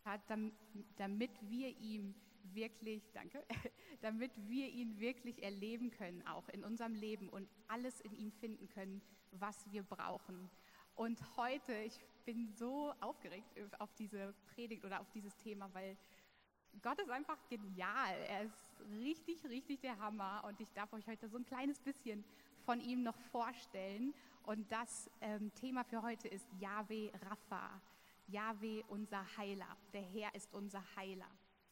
hat, damit wir ihm wirklich, danke, damit wir ihn wirklich erleben können, auch in unserem Leben und alles in ihm finden können, was wir brauchen. Und heute, ich bin so aufgeregt auf diese Predigt oder auf dieses Thema, weil Gott ist einfach genial. Er ist richtig, richtig der Hammer. Und ich darf euch heute so ein kleines bisschen von ihm noch vorstellen. Und das Thema für heute ist Jahwe Rapha. Jahwe, unser Heiler. Der Herr ist unser Heiler.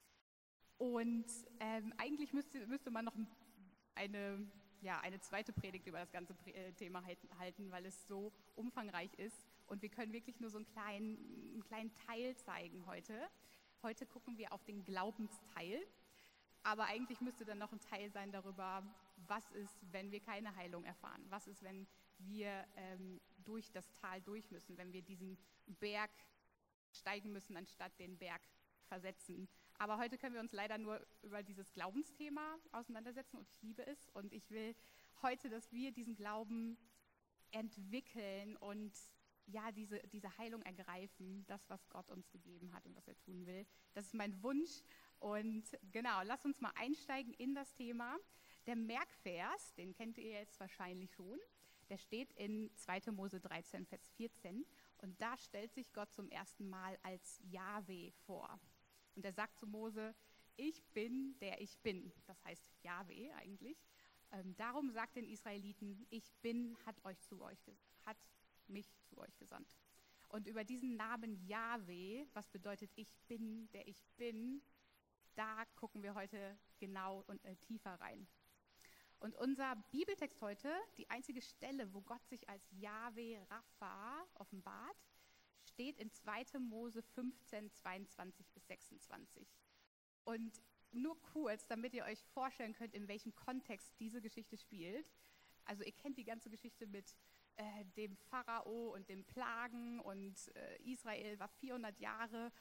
Und eigentlich müsste man noch eine zweite Predigt über das ganze Thema halten, weil es so umfangreich ist. Und wir können wirklich nur so einen kleinen Teil zeigen heute. Heute gucken wir auf den Glaubensteil. Aber eigentlich müsste dann noch ein Teil sein darüber, was ist, wenn wir keine Heilung erfahren? Was ist, wenn wir durch das Tal durch müssen, wenn wir diesen Berg steigen müssen, anstatt den Berg versetzen? Aber heute können wir uns leider nur über dieses Glaubensthema auseinandersetzen und ich liebe es. Und ich will heute, dass wir diesen Glauben entwickeln und ja, diese Heilung ergreifen, das, was Gott uns gegeben hat und was er tun will. Das ist mein Wunsch. Und genau, lasst uns mal einsteigen in das Thema. Der Merkvers, den kennt ihr jetzt wahrscheinlich schon, der steht in 2. Mose 13, Vers 14. Und da stellt sich Gott zum ersten Mal als Jahwe vor. Und er sagt zu Mose, ich bin, der ich bin. Das heißt Jahwe eigentlich. Darum sagt den Israeliten, ich bin, hat mich zu euch gesandt. Und über diesen Namen Jahwe, was bedeutet ich bin, der ich bin, da gucken wir heute genau und tiefer rein. Und unser Bibeltext heute, die einzige Stelle, wo Gott sich als Jahwe Rapha offenbart, steht in 2. Mose 15, 22 bis 26. Und nur kurz, damit ihr euch vorstellen könnt, in welchem Kontext diese Geschichte spielt. Also ihr kennt die ganze Geschichte mit dem Pharao und den Plagen und Israel war 400 Jahre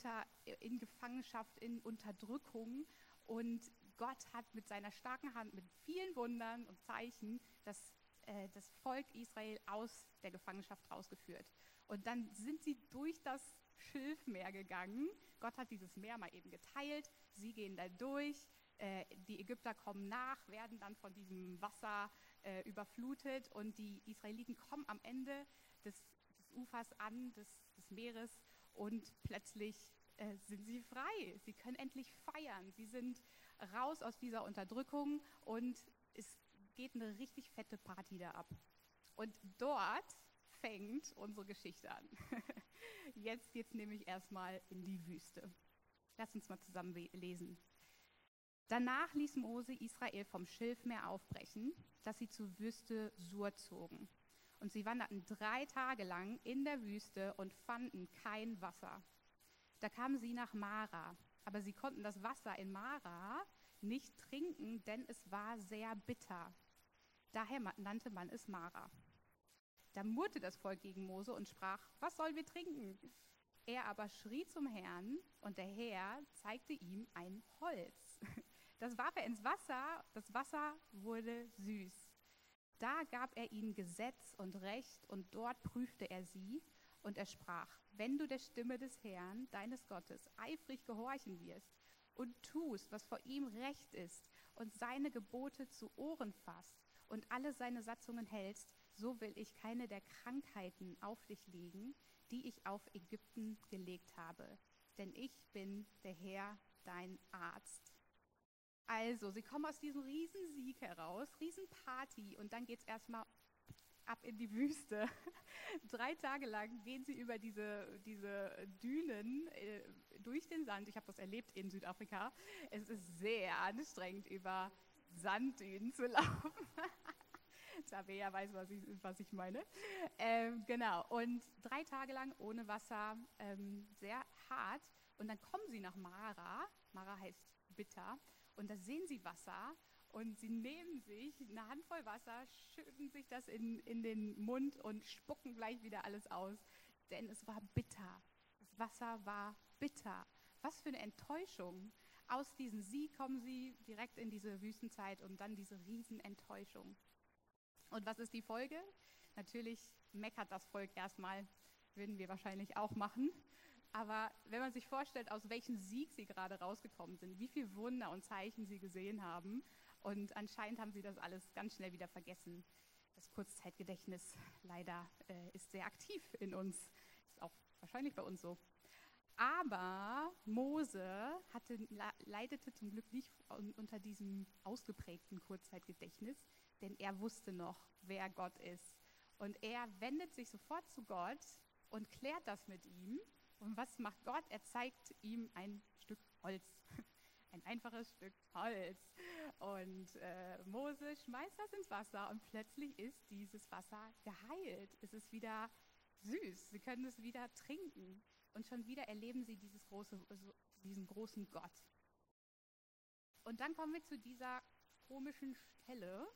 in Gefangenschaft, in Unterdrückung und Gott hat mit seiner starken Hand, mit vielen Wundern und Zeichen das Volk Israel aus der Gefangenschaft rausgeführt. Und dann sind sie durch das Schilfmeer gegangen. Gott hat dieses Meer mal eben geteilt, sie gehen da durch. Die Ägypter kommen nach, werden dann von diesem Wasser überflutet und die Israeliten kommen am Ende des Ufers an, des Meeres und plötzlich sind sie frei. Sie können endlich feiern. Sie sind raus aus dieser Unterdrückung und es geht eine richtig fette Party da ab. Und dort fängt unsere Geschichte an. Jetzt geht's nämlich erstmal in die Wüste. Lass uns mal zusammen lesen. Danach ließ Mose Israel vom Schilfmeer aufbrechen, dass sie zur Wüste Sur zogen. Und sie wanderten 3 Tage lang in der Wüste und fanden kein Wasser. Da kamen sie nach Mara, aber sie konnten das Wasser in Mara nicht trinken, denn es war sehr bitter. Daher nannte man es Mara. Da murrte das Volk gegen Mose und sprach, was sollen wir trinken? Er aber schrie zum Herrn und der Herr zeigte ihm ein Holz. Das warf er ins Wasser, das Wasser wurde süß. Da gab er ihnen Gesetz und Recht und dort prüfte er sie und er sprach, wenn du der Stimme des Herrn, deines Gottes, eifrig gehorchen wirst und tust, was vor ihm recht ist und seine Gebote zu Ohren fasst und alle seine Satzungen hältst, so will ich keine der Krankheiten auf dich legen, die ich auf Ägypten gelegt habe. Denn ich bin der Herr, dein Arzt. Also, sie kommen aus diesem Riesensieg heraus, Riesenparty und dann geht es erstmal ab in die Wüste. 3 Tage lang gehen sie über diese Dünen durch den Sand. Ich habe das erlebt in Südafrika. Es ist sehr anstrengend, über Sanddünen zu laufen. Tabea weiß, was ich meine. Genau, und 3 Tage lang ohne Wasser, sehr hart. Und dann kommen sie nach Mara. Mara heißt bitter. Und da sehen sie Wasser und sie nehmen sich eine Handvoll Wasser, schütten sich das in den Mund und spucken gleich wieder alles aus. Denn es war bitter. Das Wasser war bitter. Was für eine Enttäuschung. Aus diesem Sieg kommen sie direkt in diese Wüstenzeit und dann diese Riesenenttäuschung. Und was ist die Folge? Natürlich meckert das Volk erstmal, würden wir wahrscheinlich auch machen. Aber wenn man sich vorstellt, aus welchem Sieg sie gerade rausgekommen sind, wie viel Wunder und Zeichen sie gesehen haben, und anscheinend haben sie das alles ganz schnell wieder vergessen. Das Kurzzeitgedächtnis leider ist sehr aktiv in uns, ist auch wahrscheinlich bei uns so. Aber Mose leidete zum Glück nicht unter diesem ausgeprägten Kurzzeitgedächtnis, denn er wusste noch, wer Gott ist. Und er wendet sich sofort zu Gott und klärt das mit ihm. Und was macht Gott? Er zeigt ihm ein Stück Holz, ein einfaches Stück Holz. Und Mose schmeißt das ins Wasser und plötzlich ist dieses Wasser geheilt. Es ist wieder süß, sie können es wieder trinken. Und schon wieder erleben sie diesen großen Gott. Und dann kommen wir zu dieser komischen Stelle,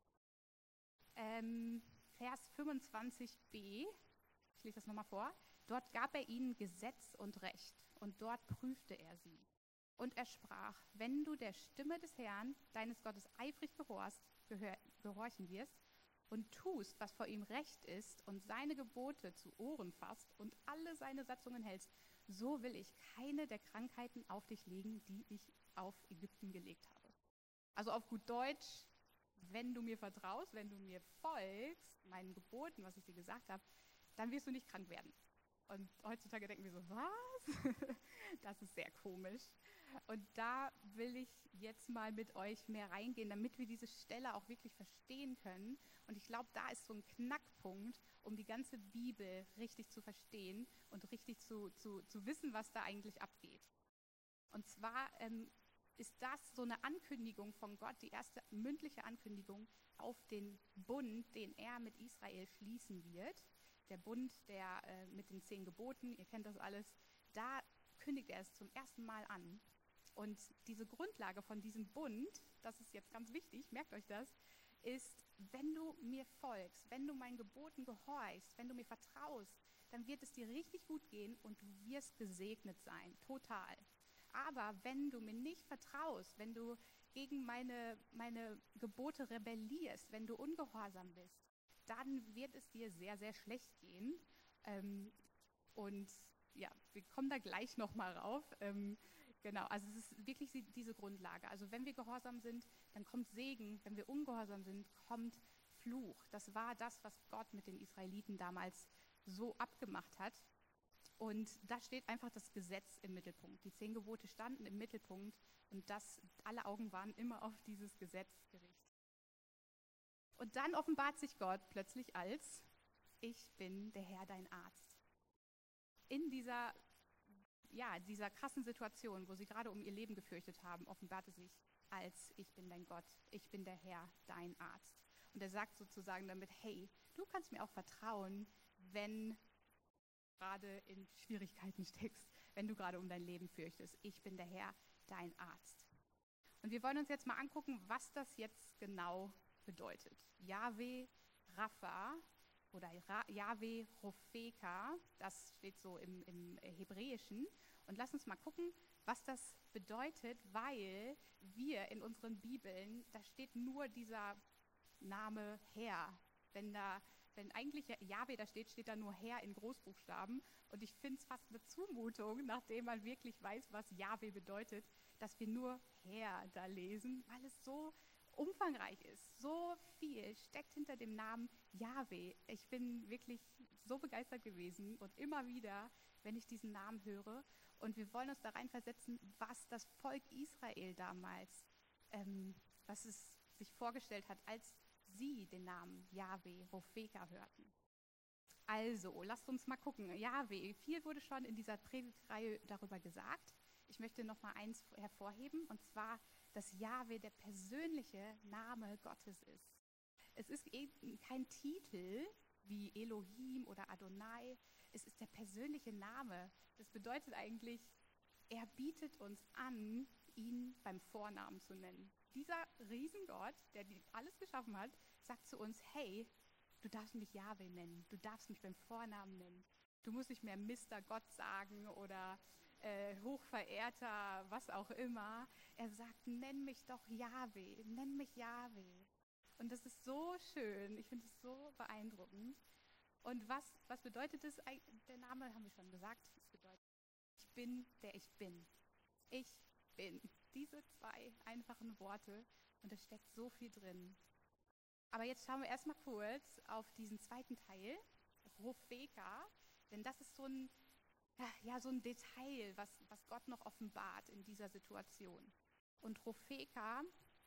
Vers 25b, ich lese das nochmal vor. Dort gab er ihnen Gesetz und Recht, und dort prüfte er sie. Und er sprach, wenn du der Stimme des Herrn, deines Gottes, eifrig gehorchen wirst und tust, was vor ihm recht ist und seine Gebote zu Ohren fasst und alle seine Satzungen hältst, so will ich keine der Krankheiten auf dich legen, die ich auf Ägypten gelegt habe. Also auf gut Deutsch, wenn du mir vertraust, wenn du mir folgst, meinen Geboten, was ich dir gesagt habe, dann wirst du nicht krank werden. Und heutzutage denken wir so, was? Das ist sehr komisch. Und da will ich jetzt mal mit euch mehr reingehen, damit wir diese Stelle auch wirklich verstehen können. Und ich glaube, da ist so ein Knackpunkt, um die ganze Bibel richtig zu verstehen und richtig zu wissen, was da eigentlich abgeht. Und zwar ist das so eine Ankündigung von Gott, die erste mündliche Ankündigung auf den Bund, den er mit Israel schließen wird. Der Bund, der mit den 10 Geboten, ihr kennt das alles, da kündigt er es zum ersten Mal an. Und diese Grundlage von diesem Bund, das ist jetzt ganz wichtig, merkt euch das, ist, wenn du mir folgst, wenn du meinen Geboten gehorchst, wenn du mir vertraust, dann wird es dir richtig gut gehen und du wirst gesegnet sein, total. Aber wenn du mir nicht vertraust, wenn du gegen meine Gebote rebellierst, wenn du ungehorsam bist, dann wird es dir sehr, sehr schlecht gehen. Und ja, wir kommen da gleich nochmal rauf. Genau, also es ist wirklich diese Grundlage. Also wenn wir gehorsam sind, dann kommt Segen. Wenn wir ungehorsam sind, kommt Fluch. Das war das, was Gott mit den Israeliten damals so abgemacht hat. Und da steht einfach das Gesetz im Mittelpunkt. Die 10 Gebote standen im Mittelpunkt und alle Augen waren immer auf dieses Gesetz gerichtet. Und dann offenbart sich Gott plötzlich als, ich bin der Herr, dein Arzt. In dieser krassen Situation, wo sie gerade um ihr Leben gefürchtet haben, offenbarte sich als, ich bin dein Gott, ich bin der Herr, dein Arzt. Und er sagt sozusagen damit, hey, du kannst mir auch vertrauen, wenn gerade in Schwierigkeiten steckst, wenn du gerade um dein Leben fürchtest. Ich bin der Herr, dein Arzt. Und wir wollen uns jetzt mal angucken, was das jetzt genau bedeutet. Jahwe Rapha oder Jahwe Ropheka, das steht so im Hebräischen. Und lass uns mal gucken, was das bedeutet, weil wir in unseren Bibeln, da steht nur dieser Name Herr. Wenn eigentlich Jahwe da steht, steht da nur Herr in Großbuchstaben. Und ich finde es fast eine Zumutung, nachdem man wirklich weiß, was Jahwe bedeutet, dass wir nur Herr da lesen, weil es so umfangreich ist. So viel steckt hinter dem Namen Jahwe. Ich bin wirklich so begeistert gewesen und immer wieder, wenn ich diesen Namen höre. Und wir wollen uns da reinversetzen, was das Volk Israel damals, was es sich vorgestellt hat, als sie den Namen Jahwe Ropheka hörten. Also, lasst uns mal gucken. Jahwe, viel wurde schon in dieser Predigtreihe darüber gesagt. Ich möchte noch mal eins hervorheben, und zwar, dass Jahwe der persönliche Name Gottes ist. Es ist eben kein Titel wie Elohim oder Adonai, es ist der persönliche Name. Das bedeutet eigentlich, er bietet uns an, ihn beim Vornamen zu nennen. Dieser Riesengott, der alles geschaffen hat, sagt zu uns, hey, du darfst mich Jahwe nennen, du darfst mich beim Vornamen nennen. Du musst nicht mehr Mister Gott sagen oder hochverehrter, was auch immer. Er sagt, nenn mich doch Jahwe, nenn mich Jahwe. Und das ist so schön, ich finde es so beeindruckend. Und was bedeutet es? Der Name haben wir schon gesagt, es bedeutet bin, der ich bin. Ich bin. Diese zwei einfachen Worte und da steckt so viel drin. Aber jetzt schauen wir erstmal kurz auf diesen zweiten Teil, Ropheka, denn das ist so ein Detail, was Gott noch offenbart in dieser Situation. Und Ropheka,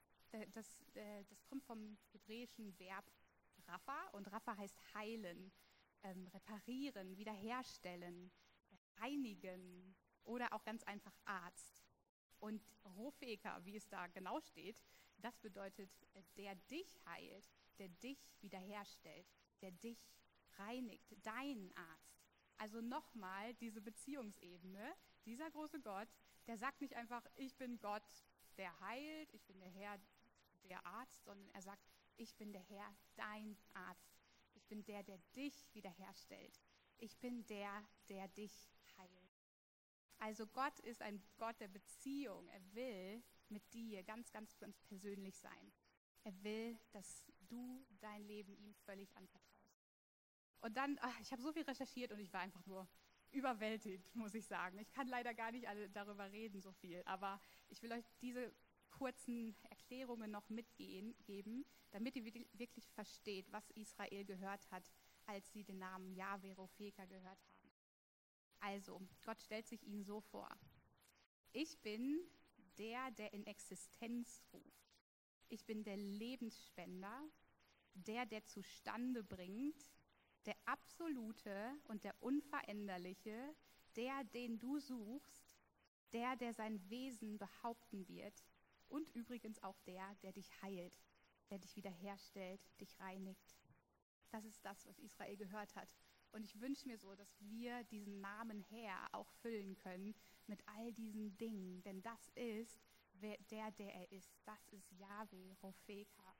das kommt vom hebräischen Verb Rapha und Rapha heißt heilen, reparieren, wiederherstellen, reinigen oder auch ganz einfach Arzt. Und Ropheka, wie es da genau steht, das bedeutet, der dich heilt, der dich wiederherstellt, der dich reinigt, dein Arzt. Also nochmal diese Beziehungsebene, dieser große Gott, der sagt nicht einfach, ich bin Gott, der heilt, ich bin der Herr, der Arzt, sondern er sagt, ich bin der Herr, dein Arzt. Ich bin der dich wiederherstellt. Ich bin der dich heilt. Also Gott ist ein Gott der Beziehung. Er will mit dir ganz, ganz, ganz persönlich sein. Er will, dass du dein Leben ihm völlig anvertraust. Und dann, ich habe so viel recherchiert und ich war einfach nur überwältigt, muss ich sagen. Ich kann leider gar nicht alle darüber reden, so viel. Aber ich will euch diese kurzen Erklärungen noch mitgeben, damit ihr wirklich versteht, was Israel gehört hat, als sie den Namen Jahwe Ropheka gehört haben. Also, Gott stellt sich ihnen so vor. Ich bin der in Existenz ruft. Ich bin der Lebensspender, der zustande bringt, der Absolute und der Unveränderliche, den du suchst, der sein Wesen behaupten wird und übrigens auch der dich heilt, der dich wiederherstellt, dich reinigt. Das ist das, was Israel gehört hat. Und ich wünsche mir so, dass wir diesen Namen Herr auch füllen können mit all diesen Dingen. Denn das ist der er ist. Das ist Jahwe Ropheka.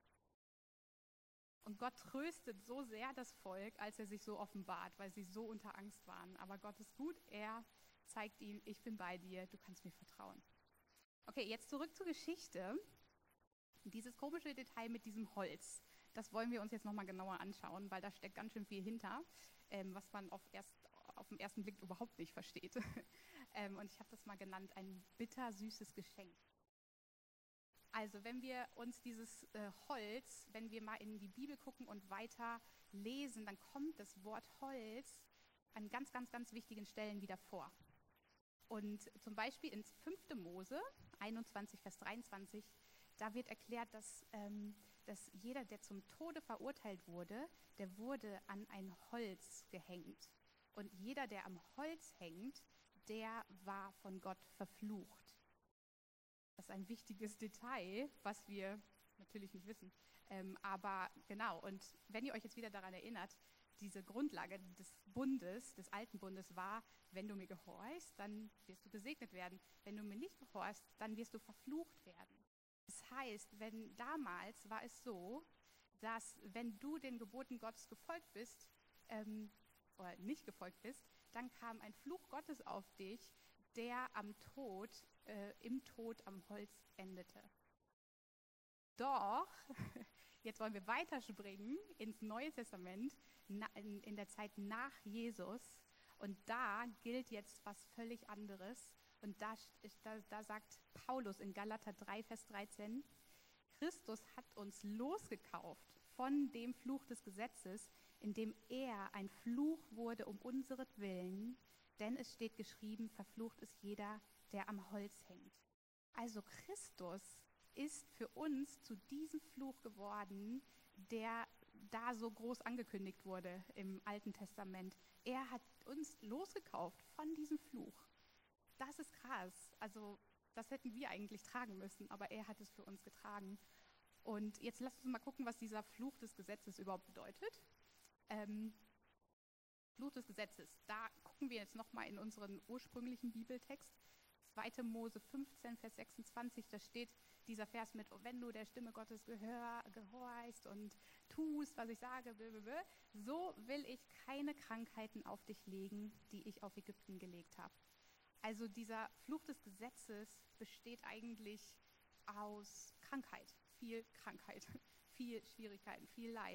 Und Gott tröstet so sehr das Volk, als er sich so offenbart, weil sie so unter Angst waren. Aber Gott ist gut, er zeigt ihnen, ich bin bei dir, du kannst mir vertrauen. Okay, jetzt zurück zur Geschichte. Dieses komische Detail mit diesem Holz, das wollen wir uns jetzt nochmal genauer anschauen, weil da steckt ganz schön viel hinter, was man auf den ersten Blick überhaupt nicht versteht. Und ich habe das mal genannt, ein bittersüßes Geschenk. Also wenn wir uns dieses Holz, wenn wir mal in die Bibel gucken und weiter lesen, dann kommt das Wort Holz an ganz, ganz, ganz wichtigen Stellen wieder vor. Und zum Beispiel in 5. Mose 21, Vers 23, da wird erklärt, dass jeder, der zum Tode verurteilt wurde, der wurde an ein Holz gehängt. Und jeder, der am Holz hängt, der war von Gott verflucht. Das ist ein wichtiges Detail, was wir natürlich nicht wissen. Aber genau, und wenn ihr euch jetzt wieder daran erinnert, diese Grundlage des Bundes, des alten Bundes war, wenn du mir gehorchst, dann wirst du gesegnet werden. Wenn du mir nicht gehorchst, dann wirst du verflucht werden. Das heißt, damals war es so, dass wenn du den Geboten Gottes gefolgt bist, oder nicht gefolgt bist, dann kam ein Fluch Gottes auf dich, der im Tod am Holz endete. Doch, jetzt wollen wir weiterspringen ins Neue Testament, in der Zeit nach Jesus. Und da gilt jetzt was völlig anderes. Und da sagt Paulus in Galater 3, Vers 13, Christus hat uns losgekauft von dem Fluch des Gesetzes, indem er ein Fluch wurde um unseretwillen, denn es steht geschrieben, verflucht ist jeder, der am Holz hängt. Also Christus ist für uns zu diesem Fluch geworden, der da so groß angekündigt wurde im Alten Testament. Er hat uns losgekauft von diesem Fluch. Das ist krass. Also das hätten wir eigentlich tragen müssen, aber er hat es für uns getragen. Und jetzt lasst uns mal gucken, was dieser Fluch des Gesetzes überhaupt bedeutet. Fluch des Gesetzes, da gucken wir jetzt nochmal in unseren ursprünglichen Bibeltext. 2. Mose 15, Vers 26, da steht dieser Vers mit, wenn du der Stimme Gottes gehorchst und tust, was ich sage, so will ich keine Krankheiten auf dich legen, die ich auf Ägypten gelegt habe. Also dieser Fluch des Gesetzes besteht eigentlich aus Krankheit, viel Schwierigkeiten, viel Leid.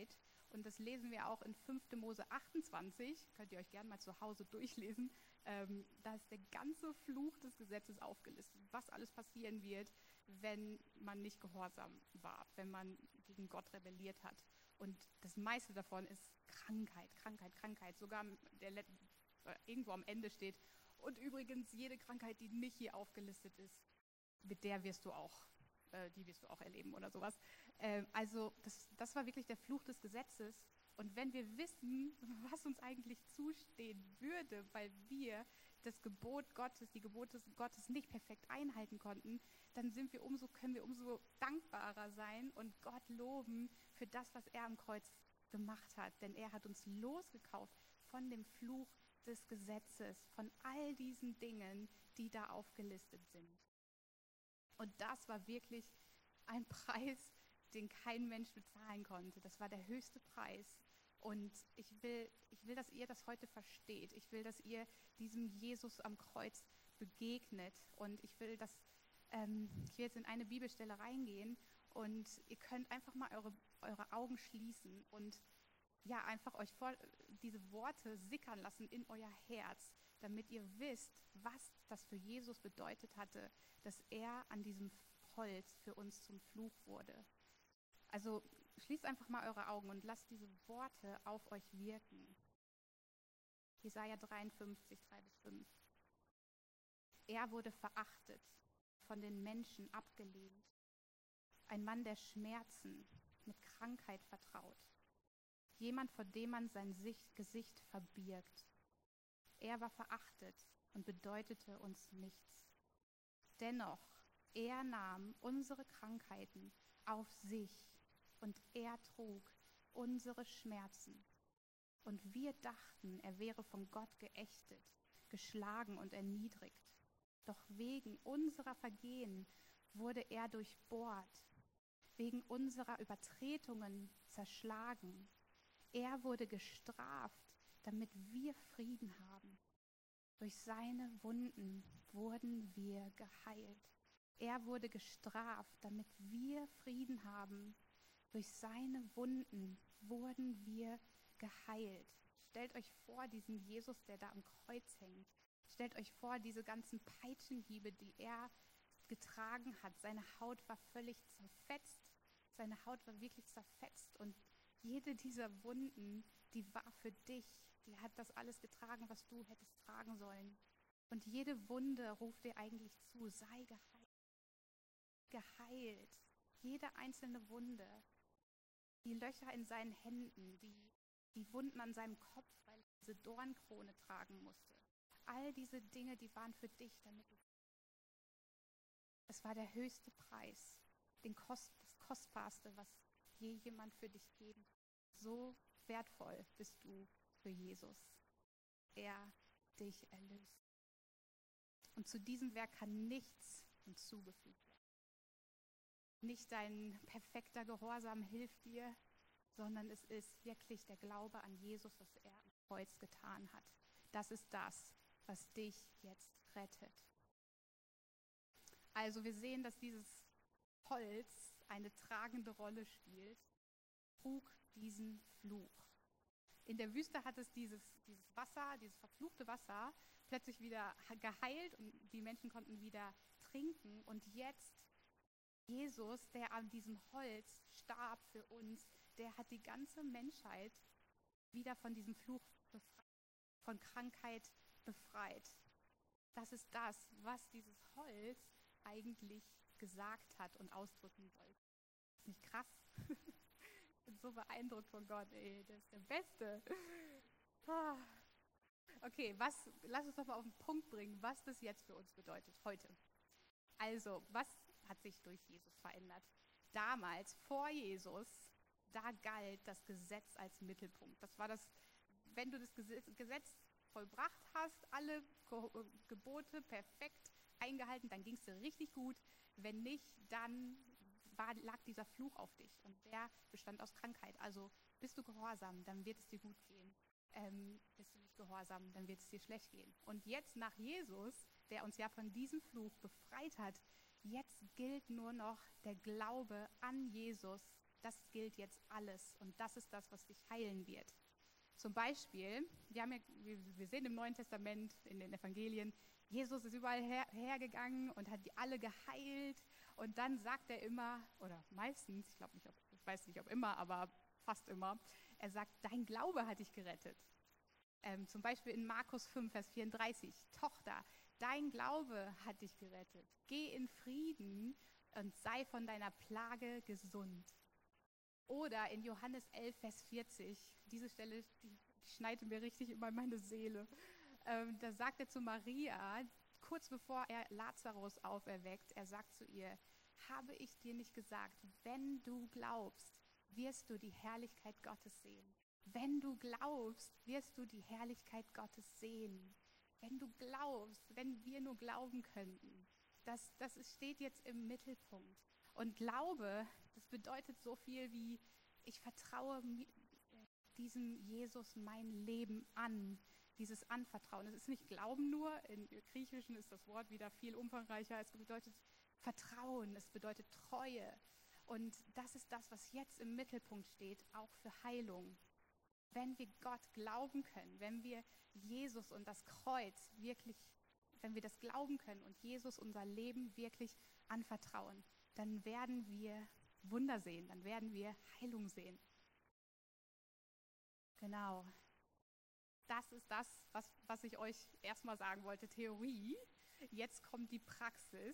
Und das lesen wir auch in 5. Mose 28, könnt ihr euch gerne mal zu Hause durchlesen. Da ist der ganze Fluch des Gesetzes aufgelistet, was alles passieren wird, wenn man nicht gehorsam war, wenn man gegen Gott rebelliert hat. Und das meiste davon ist Krankheit, Krankheit, Krankheit. Sogar irgendwo am Ende steht, und übrigens jede Krankheit, die nicht hier aufgelistet ist, mit der wirst du auch, die wirst du auch erleben oder sowas. Also das war wirklich der Fluch des Gesetzes. Und wenn wir wissen, was uns eigentlich zustehen würde, weil wir das Gebot Gottes, die Gebote Gottes nicht perfekt einhalten konnten, dann können wir umso dankbarer sein und Gott loben für das, was er am Kreuz gemacht hat. Denn er hat uns losgekauft von dem Fluch des Gesetzes, von all diesen Dingen, die da aufgelistet sind. Und das war wirklich ein Preis, den kein Mensch bezahlen konnte. Das war der höchste Preis. Und ich will, dass ihr das heute versteht. Ich will, dass ihr diesem Jesus am Kreuz begegnet. Und ich will jetzt in eine Bibelstelle reingehen und ihr könnt einfach mal eure Augen schließen und ja, einfach euch diese Worte sickern lassen in euer Herz, damit ihr wisst, was das für Jesus bedeutet hatte, dass er an diesem Holz für uns zum Fluch wurde. Also schließt einfach mal eure Augen und lasst diese Worte auf euch wirken. Jesaja 53, 3-5. Er wurde verachtet, von den Menschen abgelehnt. Ein Mann der Schmerzen, mit Krankheit vertraut. Jemand, vor dem man sein Gesicht verbirgt. Er war verachtet und bedeutete uns nichts. Dennoch, er nahm unsere Krankheiten auf sich und er trug unsere Schmerzen. Und wir dachten, er wäre von Gott geächtet, geschlagen und erniedrigt. Doch wegen unserer Vergehen wurde er durchbohrt, wegen unserer Übertretungen zerschlagen. Er wurde gestraft, damit wir Frieden haben. Durch seine Wunden wurden wir geheilt. Er wurde gestraft, damit wir Frieden haben. Durch seine Wunden wurden wir geheilt. Stellt euch vor, diesen Jesus, der da am Kreuz hängt. Stellt euch vor, diese ganzen Peitschenhiebe, die er getragen hat. Seine Haut war völlig zerfetzt. Seine Haut war wirklich zerfetzt. Und jede dieser Wunden, die war für dich. Die hat das alles getragen, was du hättest tragen sollen. Und jede Wunde ruft dir eigentlich zu, sei geheilt. Geheilt. Jede einzelne Wunde. Die Löcher in seinen Händen, die Wunden an seinem Kopf, weil er diese Dornkrone tragen musste. All diese Dinge, die waren für dich, damit du... Es war der höchste Preis, das Kostbarste, was je jemand für dich geben kann. So wertvoll bist du für Jesus. Er dich erlöst. Und zu diesem Werk kann nichts hinzugefügt werden. Nicht dein perfekter Gehorsam hilft dir, sondern es ist wirklich der Glaube an Jesus, was er am Kreuz getan hat. Das ist das, was dich jetzt rettet. Also wir sehen, dass dieses Holz eine tragende Rolle spielt, trug diesen Fluch. In der Wüste hat es dieses Wasser, dieses verfluchte Wasser, plötzlich wieder geheilt und die Menschen konnten wieder trinken. Und jetzt Jesus, der an diesem Holz starb für uns, der hat die ganze Menschheit wieder von diesem Fluch befreit, von Krankheit befreit. Das ist das, was dieses Holz eigentlich gesagt hat und ausdrücken wollte. Ist nicht krass? Ich bin so beeindruckt von Gott, ey, der ist der Beste. Okay, lass uns doch mal auf den Punkt bringen, was das jetzt für uns bedeutet, heute. Also, was hat sich durch Jesus verändert? Damals, vor Jesus, da galt das Gesetz als Mittelpunkt. Das war das, wenn du das Gesetz vollbracht hast, alle Gebote perfekt eingehalten, dann ging es dir richtig gut. Wenn nicht, dann lag dieser Fluch auf dich und der bestand aus Krankheit. Also bist du gehorsam, dann wird es dir gut gehen. Bist du nicht gehorsam, dann wird es dir schlecht gehen. Und jetzt nach Jesus, der uns ja von diesem Fluch befreit hat, jetzt gilt nur noch der Glaube an Jesus das gilt jetzt alles und das ist das, was dich heilen wird. Zum Beispiel, wir sehen im Neuen Testament, in den Evangelien, Jesus ist überall hergegangen und hat die alle geheilt. Und dann sagt er immer, oder meistens, ich weiß nicht, ob immer, aber fast immer, er sagt, dein Glaube hat dich gerettet. Zum Beispiel in Markus 5, Vers 34, Tochter, dein Glaube hat dich gerettet. Geh in Frieden und sei von deiner Plage gesund. Oder in Johannes 11, Vers 40, diese Stelle, die schneidet mir richtig über meine Seele. Da sagt er zu Maria, kurz bevor er Lazarus auferweckt, er sagt zu ihr, habe ich dir nicht gesagt, wenn du glaubst, wirst du die Herrlichkeit Gottes sehen. Wenn du glaubst, wirst du die Herrlichkeit Gottes sehen. Wenn du glaubst, wenn wir nur glauben könnten. Das steht jetzt im Mittelpunkt. Und Glaube, das bedeutet so viel wie, ich vertraue diesem Jesus mein Leben an. Dieses Anvertrauen. Es ist nicht Glauben nur, im Griechischen ist das Wort wieder viel umfangreicher. Es bedeutet Vertrauen, es bedeutet Treue. Und das ist das, was jetzt im Mittelpunkt steht, auch für Heilung. Wenn wir Gott glauben können, wenn wir Jesus und das Kreuz wirklich, wenn wir das glauben können und Jesus unser Leben wirklich anvertrauen, dann werden wir Wunder sehen, dann werden wir Heilung sehen. Genau. Das ist das, was ich euch erstmal sagen wollte, Theorie. Jetzt kommt die Praxis.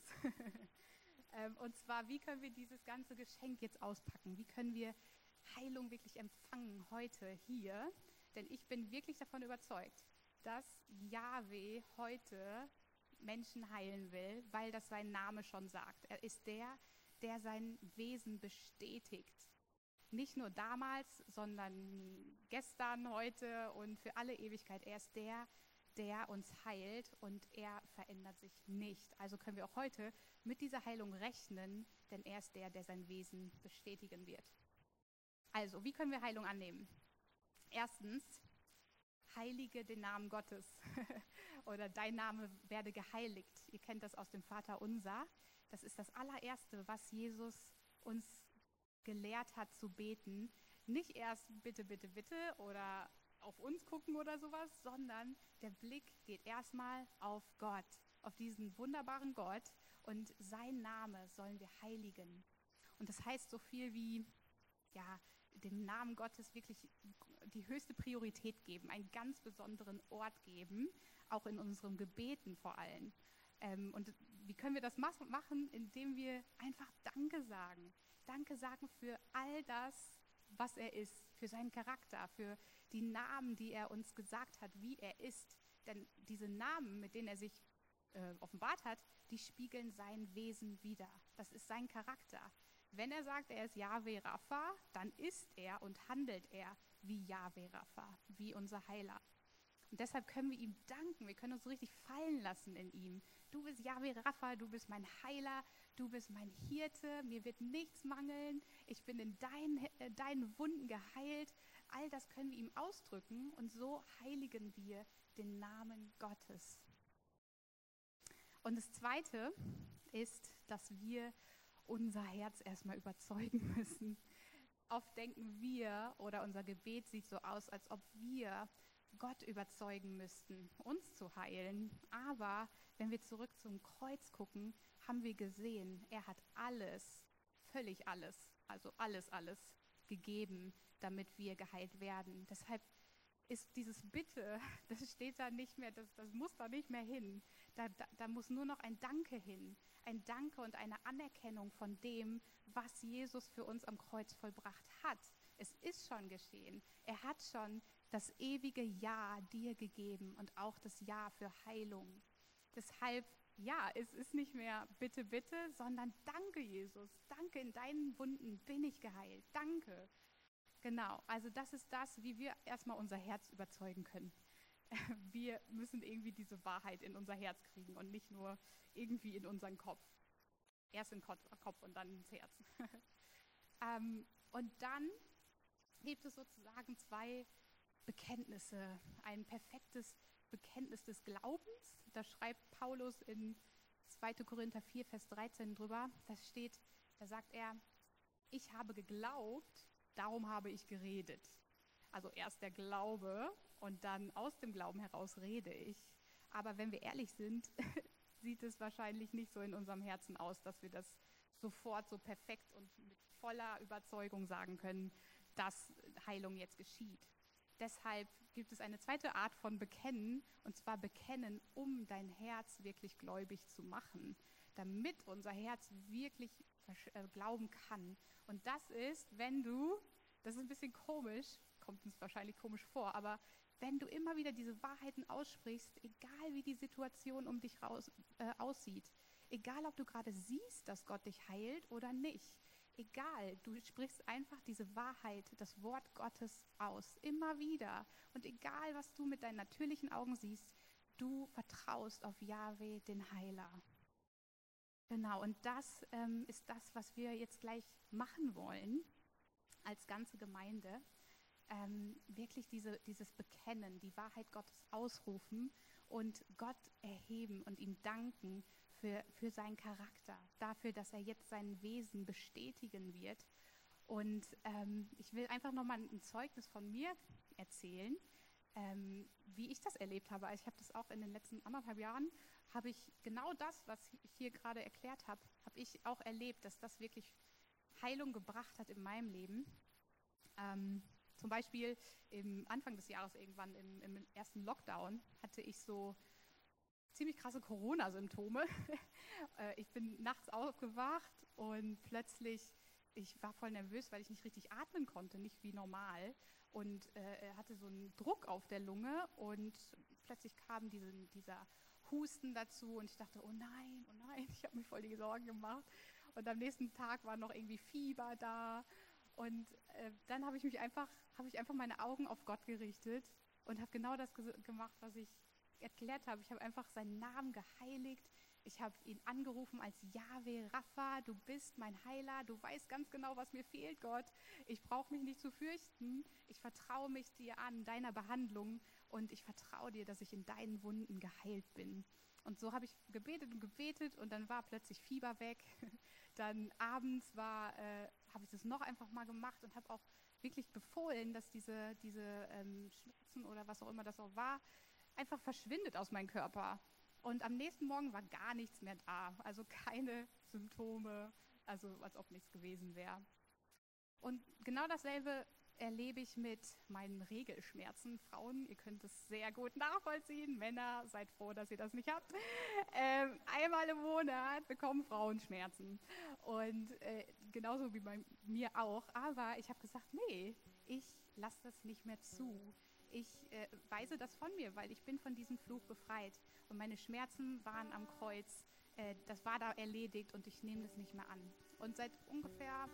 Und zwar, wie können wir dieses ganze Geschenk jetzt auspacken? Wie können wir Heilung wirklich empfangen heute hier? Denn ich bin wirklich davon überzeugt, dass Jahwe heute Menschen heilen will, weil das sein Name schon sagt. Er ist der sein Wesen bestätigt. Nicht nur damals, sondern gestern, heute und für alle Ewigkeit. Er ist der uns heilt und er verändert sich nicht. Also können wir auch heute mit dieser Heilung rechnen, denn er ist der sein Wesen bestätigen wird. Also, wie können wir Heilung annehmen? Erstens, heilige den Namen Gottes oder dein Name werde geheiligt. Ihr kennt das aus dem Vaterunser. Das ist das allererste, was Jesus uns gelehrt hat zu beten. Nicht erst bitte, bitte, bitte oder auf uns gucken oder sowas, sondern der Blick geht erstmal auf Gott, auf diesen wunderbaren Gott und sein Name sollen wir heiligen. Und das heißt so viel wie, dem Namen Gottes wirklich die höchste Priorität geben, einen ganz besonderen Ort geben, auch in unseren Gebeten vor allem. Und wie können wir das machen? Indem wir einfach Danke sagen. Danke sagen für all das, was er ist, für seinen Charakter, für die Namen, die er uns gesagt hat, wie er ist. Denn diese Namen, mit denen er sich offenbart hat, die spiegeln sein Wesen wider. Das ist sein Charakter. Wenn er sagt, er ist Jahwe Rapha, dann ist er und handelt er wie Jahwe Rapha, wie unser Heiler. Und deshalb können wir ihm danken, wir können uns richtig fallen lassen in ihm. Du bist Jahwe Rapha, du bist mein Heiler, du bist mein Hirte, mir wird nichts mangeln, ich bin in deinen Wunden geheilt. All das können wir ihm ausdrücken und so heiligen wir den Namen Gottes. Und das Zweite ist, dass wir unser Herz erstmal überzeugen müssen. Oft denken wir oder unser Gebet sieht so aus, als ob wir Gott überzeugen müssten, uns zu heilen. Aber wenn wir zurück zum Kreuz gucken, haben wir gesehen, er hat alles, völlig alles, also alles gegeben, damit wir geheilt werden. Deshalb ist dieses Bitte, das steht da nicht mehr, das muss da nicht mehr hin. Da muss nur noch ein Danke hin. Ein Danke und eine Anerkennung von dem, was Jesus für uns am Kreuz vollbracht hat. Es ist schon geschehen. Er hat schon das ewige Ja dir gegeben und auch das Ja für Heilung. Deshalb, es ist nicht mehr bitte, bitte, sondern danke, Jesus. Danke, in deinen Wunden bin ich geheilt. Danke. Genau, also das ist das, wie wir erstmal unser Herz überzeugen können. Wir müssen irgendwie diese Wahrheit in unser Herz kriegen und nicht nur irgendwie in unseren Kopf. Erst in den Kopf und dann ins Herz. Und dann gibt es sozusagen zwei Bekenntnisse. Ein perfektes Bekenntnis des Glaubens. Da schreibt Paulus in 2. Korinther 4, Vers 13 drüber. Da sagt er, Ich habe geglaubt, darum habe ich geredet. Also erst der Glaube und dann aus dem Glauben heraus rede ich. Aber wenn wir ehrlich sind, sieht es wahrscheinlich nicht so in unserem Herzen aus, dass wir das sofort so perfekt und mit voller Überzeugung sagen können, dass Heilung jetzt geschieht. Deshalb gibt es eine zweite Art von Bekennen, und zwar Bekennen, um dein Herz wirklich gläubig zu machen, damit unser Herz wirklich glauben kann. Und das ist, wenn du, das ist ein bisschen komisch, kommt uns wahrscheinlich komisch vor, aber wenn du immer wieder diese Wahrheiten aussprichst, egal wie die Situation um dich aussieht, egal ob du gerade siehst, dass Gott dich heilt oder nicht, egal, du sprichst einfach diese Wahrheit, das Wort Gottes aus, immer wieder. Und egal, was du mit deinen natürlichen Augen siehst, du vertraust auf Jahwe, den Heiler. Genau, und das ist das, was wir jetzt gleich machen wollen als ganze Gemeinde. Wirklich dieses Bekennen, die Wahrheit Gottes ausrufen und Gott erheben und ihm danken für seinen Charakter, dafür, dass er jetzt sein Wesen bestätigen wird. Und ich will einfach nochmal ein Zeugnis von mir erzählen, wie ich das erlebt habe. Also ich habe das auch in den letzten 1,5 Jahren, habe ich genau das, was ich hier gerade erklärt habe, habe ich auch erlebt, dass das wirklich Heilung gebracht hat in meinem Leben. Zum Beispiel im Anfang des Jahres irgendwann im ersten Lockdown hatte ich so ziemlich krasse Corona-Symptome. Ich bin nachts aufgewacht und plötzlich, ich war voll nervös, weil ich nicht richtig atmen konnte, nicht wie normal. Und hatte so einen Druck auf der Lunge und plötzlich kam dieser Husten dazu und ich dachte, oh nein, ich habe mir voll die Sorgen gemacht. Und am nächsten Tag war noch irgendwie Fieber da. Und dann habe ich einfach meine Augen auf Gott gerichtet und habe genau das gemacht, was ich erklärt habe. Ich habe einfach seinen Namen geheiligt. Ich habe ihn angerufen als Jahwe Rapha. Du bist mein Heiler. Du weißt ganz genau, was mir fehlt, Gott. Ich brauche mich nicht zu fürchten. Ich vertraue mich dir an, deiner Behandlung. Und ich vertraue dir, dass ich in deinen Wunden geheilt bin. Und so habe ich gebetet und dann war plötzlich Fieber weg. Dann abends habe ich das noch einfach mal gemacht und habe auch wirklich befohlen, dass diese Schmerzen oder was auch immer das auch war, einfach verschwindet aus meinem Körper. Und am nächsten Morgen war gar nichts mehr da, also keine Symptome, also als ob nichts gewesen wäre. Und genau dasselbe erlebe ich mit meinen Regelschmerzen. Frauen, ihr könnt es sehr gut nachvollziehen. Männer, seid froh, dass ihr das nicht habt. Einmal im Monat bekommen Frauen Schmerzen. Und genauso wie bei mir auch. Aber ich habe gesagt, nee, ich lasse das nicht mehr zu. Ich weise das von mir, weil ich bin von diesem Fluch befreit. Und meine Schmerzen waren am Kreuz. Das war da erledigt und ich nehme das nicht mehr an. Und seit ungefähr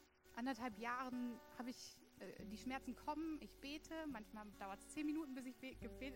1,5 Jahren habe ich die Schmerzen kommen, ich bete, manchmal dauert es 10 Minuten, bis es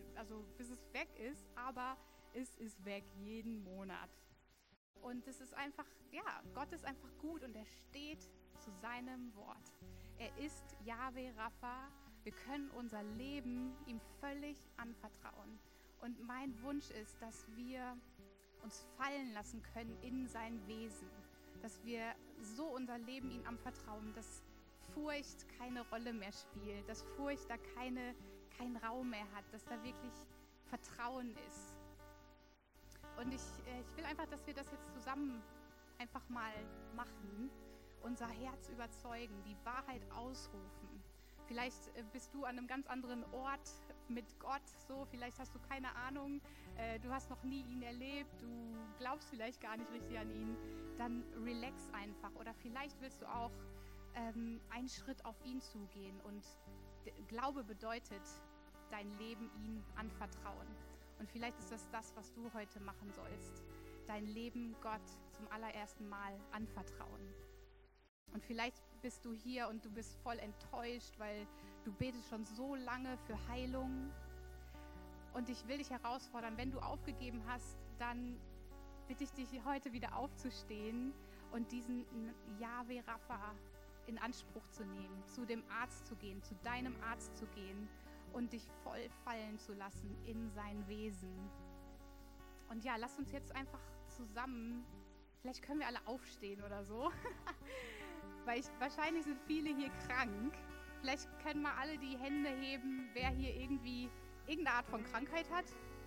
weg ist, aber es ist weg jeden Monat. Und es ist einfach, ja, Gott ist einfach gut und er steht zu seinem Wort. Er ist Jahwe Rapha. Wir können unser Leben ihm völlig anvertrauen. Und mein Wunsch ist, dass wir uns fallen lassen können in sein Wesen. Dass wir so unser Leben ihm anvertrauen, dass Furcht keine Rolle mehr spielt, dass Furcht da keinen Raum mehr hat, dass da wirklich Vertrauen ist. Und ich will einfach, dass wir das jetzt zusammen einfach mal machen, unser Herz überzeugen, die Wahrheit ausrufen. Vielleicht bist du an einem ganz anderen Ort mit Gott, so, vielleicht hast du keine Ahnung, du hast noch nie ihn erlebt, du glaubst vielleicht gar nicht richtig an ihn, dann relax einfach. Oder vielleicht willst du auch einen Schritt auf ihn zugehen und Glaube bedeutet, dein Leben ihm anvertrauen. Und vielleicht ist das, was du heute machen sollst, dein Leben Gott zum allerersten Mal anvertrauen. Und vielleicht bist du hier und du bist voll enttäuscht, weil du betest schon so lange für Heilung. Und ich will dich herausfordern, wenn du aufgegeben hast, dann bitte ich dich heute wieder aufzustehen und diesen Jahwe Rapha in Anspruch zu nehmen, zu dem Arzt zu gehen, zu deinem Arzt zu gehen und dich voll fallen zu lassen in sein Wesen. Und ja, lass uns jetzt einfach zusammen, vielleicht können wir alle aufstehen oder so, weil wahrscheinlich sind viele hier krank. Vielleicht können mal alle die Hände heben, wer hier irgendeine Art von Krankheit hat.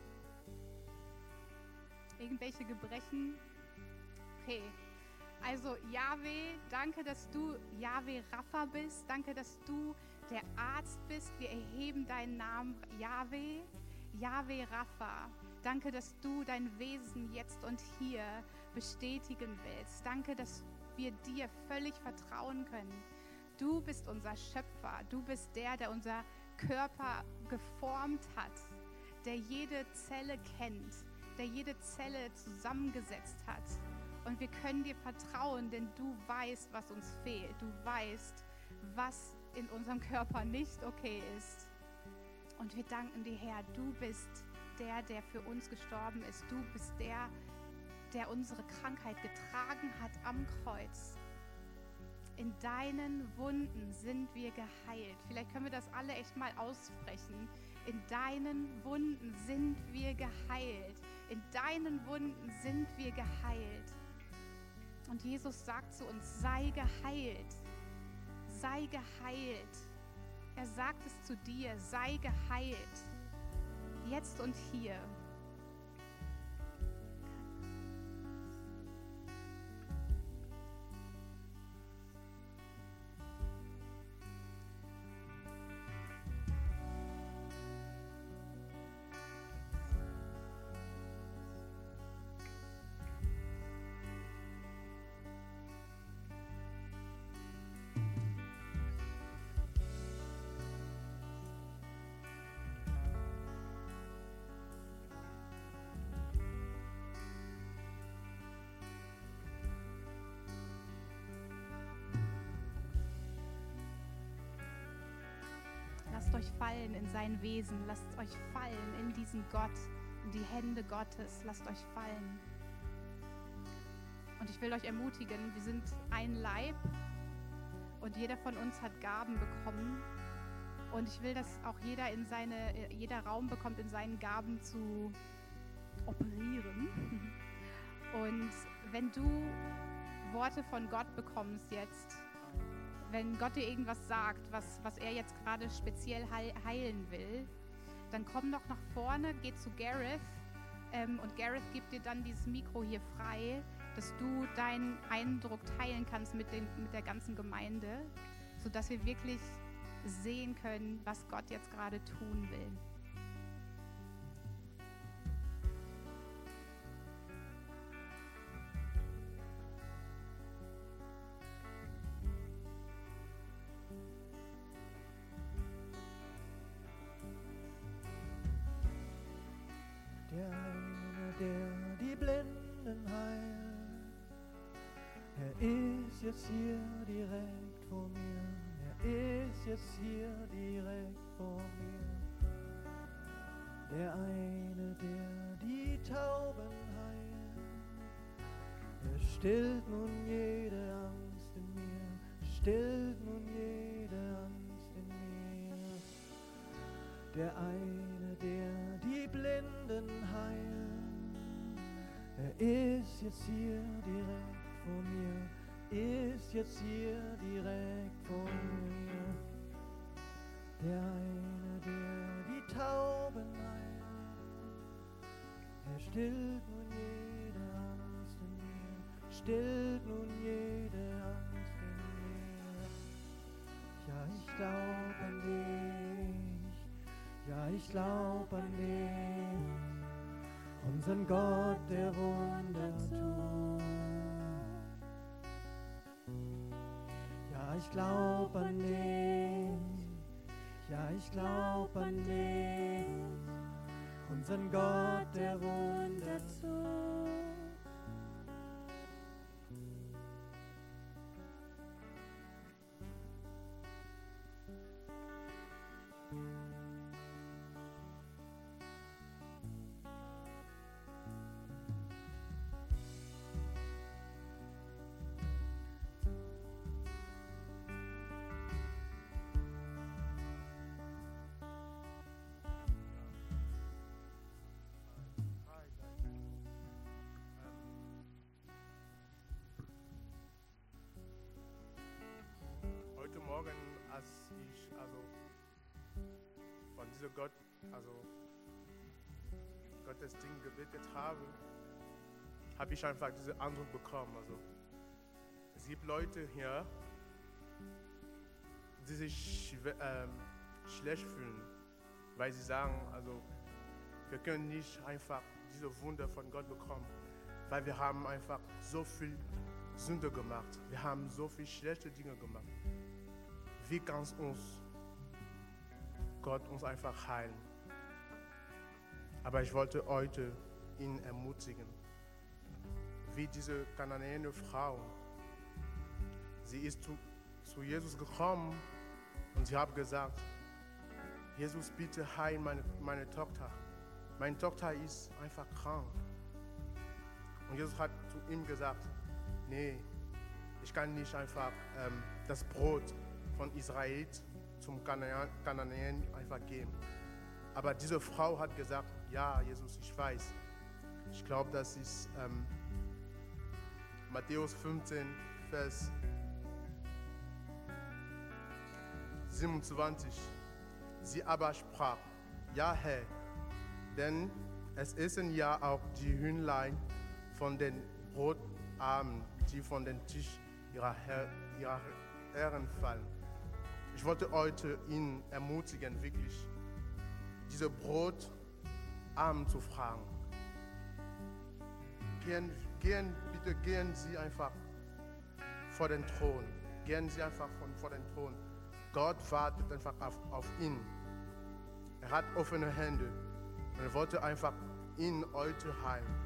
Irgendwelche Gebrechen. Okay. Also Jahwe, danke, dass du Jahwe Rapha bist. Danke, dass du der Arzt bist. Wir erheben deinen Namen, Jahwe, Jahwe Rapha. Danke, dass du dein Wesen jetzt und hier bestätigen willst. Danke, dass wir dir völlig vertrauen können. Du bist unser Schöpfer. Du bist der unser Körper geformt hat, der jede Zelle kennt, der jede Zelle zusammengesetzt hat. Und wir können dir vertrauen, denn du weißt, was uns fehlt. Du weißt, was in unserem Körper nicht okay ist. Und wir danken dir, Herr, du bist der für uns gestorben ist. Du bist der unsere Krankheit getragen hat am Kreuz. In deinen Wunden sind wir geheilt. Vielleicht können wir das alle echt mal aussprechen. In deinen Wunden sind wir geheilt. In deinen Wunden sind wir geheilt. Und Jesus sagt zu uns, sei geheilt. Sei geheilt. Er sagt es zu dir, sei geheilt. Jetzt und hier. Lasst euch fallen in sein Wesen, lasst euch fallen in diesen Gott, in die Hände Gottes, lasst euch fallen. Und ich will euch ermutigen, wir sind ein Leib und jeder von uns hat Gaben bekommen. Und ich will, dass auch jeder Raum bekommt, in seinen Gaben zu operieren. Und wenn du Worte von Gott bekommst jetzt, wenn Gott dir irgendwas sagt, was er jetzt gerade speziell heilen will, dann komm doch nach vorne, geh zu Gareth und Gareth gibt dir dann dieses Mikro hier frei, dass du deinen Eindruck teilen kannst mit der ganzen Gemeinde, sodass wir wirklich sehen können, was Gott jetzt gerade tun will. Der eine, der die Blinden heilt, er ist jetzt hier direkt vor mir. Er ist jetzt hier direkt vor mir. Der eine, der die Tauben heilt, er stillt nun jede Angst in mir, stillt nun jede Angst in mir. Der eine, der die Blinden heilt, er ist jetzt hier direkt vor mir, ist jetzt hier direkt vor mir. Der eine, der die Tauben heilt, er stillt nun jede Angst in mir, stillt nun jede Angst in mir. Ja, ich glaub an dich, ja, ich glaub an dich, unseren Gott, der Wunder tut. Ja, ich glaub an dich, ja, ich glaub an dich, unseren Gott, der Wunder tut. diese Gottes Ding gebetet habe, habe ich einfach diesen Eindruck bekommen. Also, es gibt Leute hier, die sich schlecht fühlen, weil sie sagen, also wir können nicht einfach diese Wunder von Gott bekommen, weil wir haben einfach so viel Sünde gemacht. Wir haben so viele schlechte Dinge gemacht. Wie kann Gott uns einfach heilen? Aber ich wollte heute ihn ermutigen, wie diese kananäische Frau. Sie ist zu Jesus gekommen und sie hat gesagt, Jesus, bitte heil meine Tochter. Meine Tochter ist einfach krank. Und Jesus hat zu ihm gesagt, nee, ich kann nicht einfach das Brot von Israel zum Kananäer einfach geben. Aber diese Frau hat gesagt, ja, Jesus, ich weiß. Ich glaube, das ist Matthäus 15, Vers 27. Sie aber sprach, ja, Herr, denn es essen ja auch die Hühnlein von den Brotarmen, die von den Tisch ihrer Herren fallen. Ich wollte heute ihn ermutigen, wirklich diese Brotarmen zu fragen. Bitte gehen Sie einfach vor den Thron. Gehen Sie einfach vor den Thron. Gott wartet einfach auf ihn. Er hat offene Hände und er wollte einfach ihn heute heilen.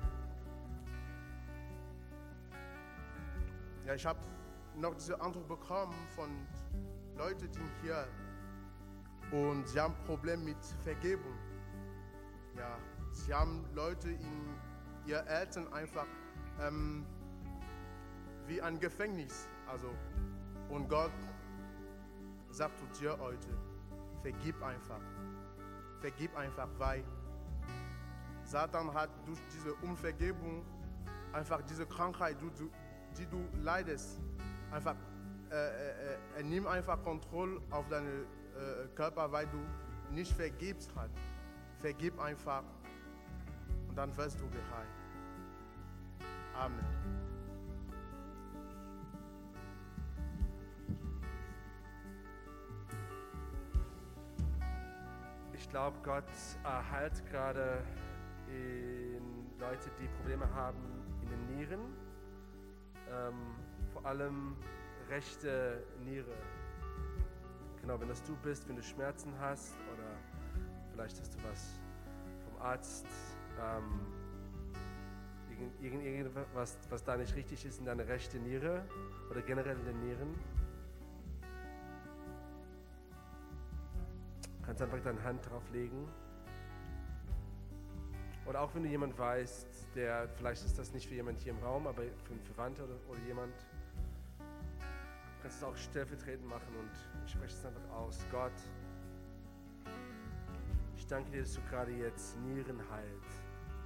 Ja, ich habe noch diese Antwort bekommen von Leuten, die hier und sie haben Probleme mit Vergebung. Ja, sie haben Leute in ihr Eltern einfach wie ein Gefängnis. Also, und Gott sagt zu dir heute, vergib einfach. Vergib einfach, weil Satan hat durch diese Unvergebung einfach diese Krankheit, die du leidest, einfach, er nimmt einfach Kontrolle auf deinen Körper, weil du nicht vergibst hast. Vergib einfach und dann wirst du geheilt. Amen. Ich glaube, Gott heilt gerade Leute, die Probleme haben in den Nieren, vor allem rechte Niere. Genau, wenn das du bist, wenn du Schmerzen hast oder vielleicht hast du was vom Arzt, irgendwas, was da nicht richtig ist in deiner rechten Niere oder generell in den Nieren. Du kannst einfach deine Hand drauf legen. Oder auch wenn du jemand weißt, vielleicht ist das nicht für jemand hier im Raum, aber für einen Verwandter oder jemand, kannst du es auch stellvertretend machen und ich spreche es einfach aus. Gott, ich danke dir, dass du gerade jetzt Nieren heilst.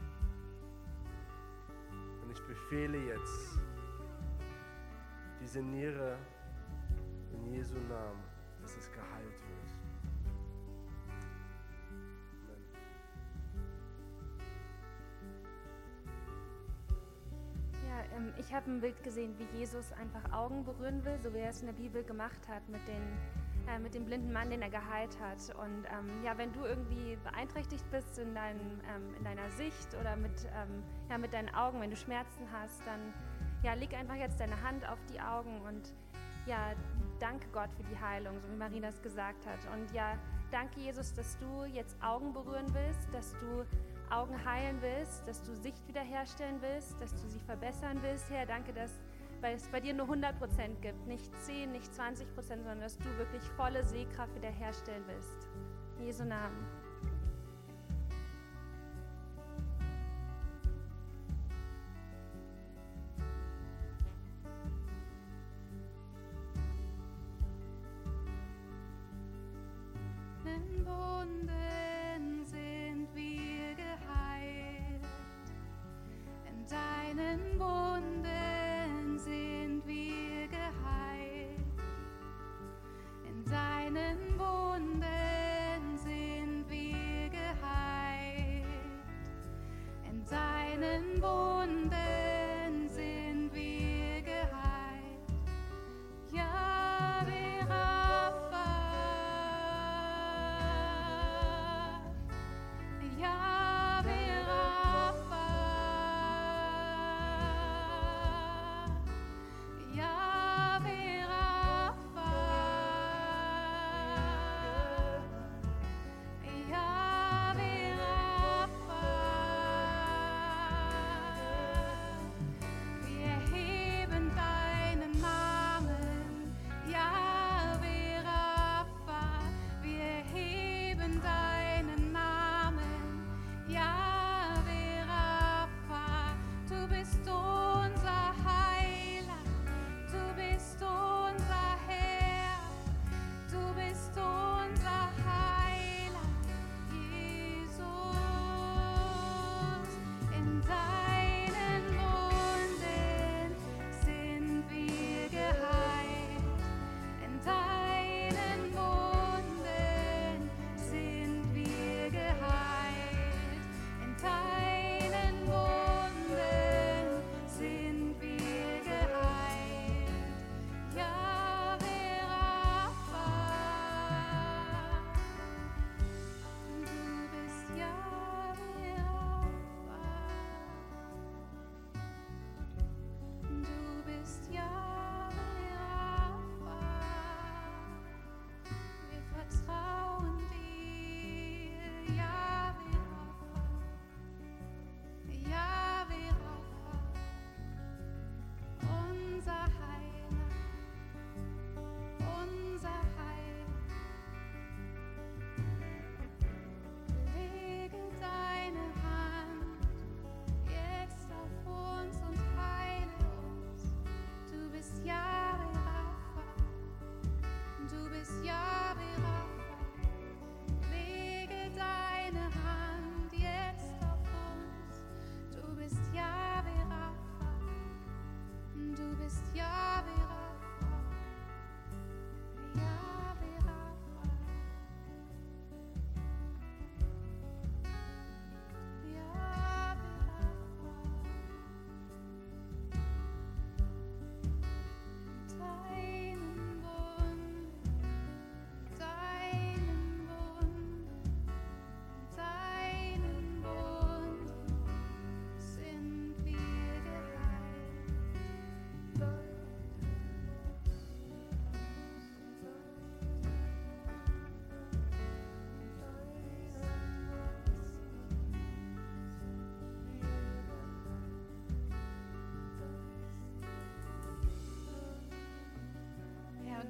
Und ich befehle jetzt diese Niere in Jesu Namen, dass es geheilt wird. Amen. Ich habe ein Bild gesehen, wie Jesus einfach Augen berühren will, so wie er es in der Bibel gemacht hat mit dem blinden Mann, den er geheilt hat. Und wenn du irgendwie beeinträchtigt bist in deiner Sicht oder mit deinen Augen, wenn du Schmerzen hast, dann leg einfach jetzt deine Hand auf die Augen und danke Gott für die Heilung, so wie Marina es gesagt hat. Und danke Jesus, dass du jetzt Augen berühren willst, dass du Augen heilen willst, dass du Sicht wiederherstellen willst, dass du sie verbessern willst. Herr, danke, weil es bei dir nur 100% gibt, nicht 10, nicht 20%, sondern dass du wirklich volle Sehkraft wiederherstellen willst. In Jesu Namen. In Wunden sind wir geheilt, in deinen Wunden sind wir geheilt, in deinen Wunden sind wir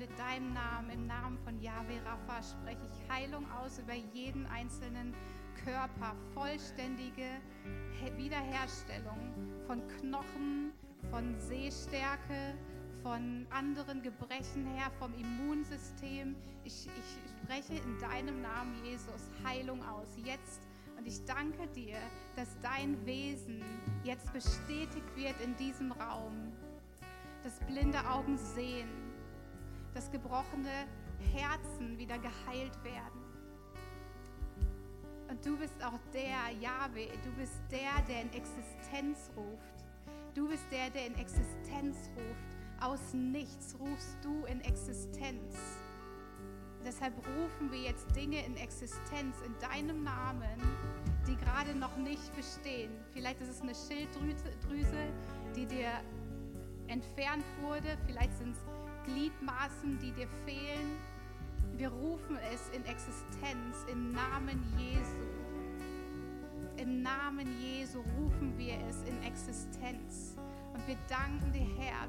Und in deinem Namen, im Namen von Yahweh Rapha, spreche ich Heilung aus über jeden einzelnen Körper, vollständige Wiederherstellung von Knochen, von Sehstärke, von anderen Gebrechen her, vom Immunsystem. Ich spreche in deinem Namen, Jesus, Heilung aus, jetzt. Und ich danke dir, dass dein Wesen jetzt bestätigt wird in diesem Raum, dass blinde Augen sehen, dass gebrochene Herzen wieder geheilt werden. Und du bist auch der, Jahwe, du bist der in Existenz ruft. Du bist der in Existenz ruft. Aus nichts rufst du in Existenz. Deshalb rufen wir jetzt Dinge in Existenz in deinem Namen, die gerade noch nicht bestehen. Vielleicht ist es eine Schilddrüse, die dir entfernt wurde. Vielleicht sind es Gliedmaßen, die dir fehlen. Wir rufen es in Existenz im Namen Jesu. Im Namen Jesu rufen wir es in Existenz. Und wir danken dir, Herr,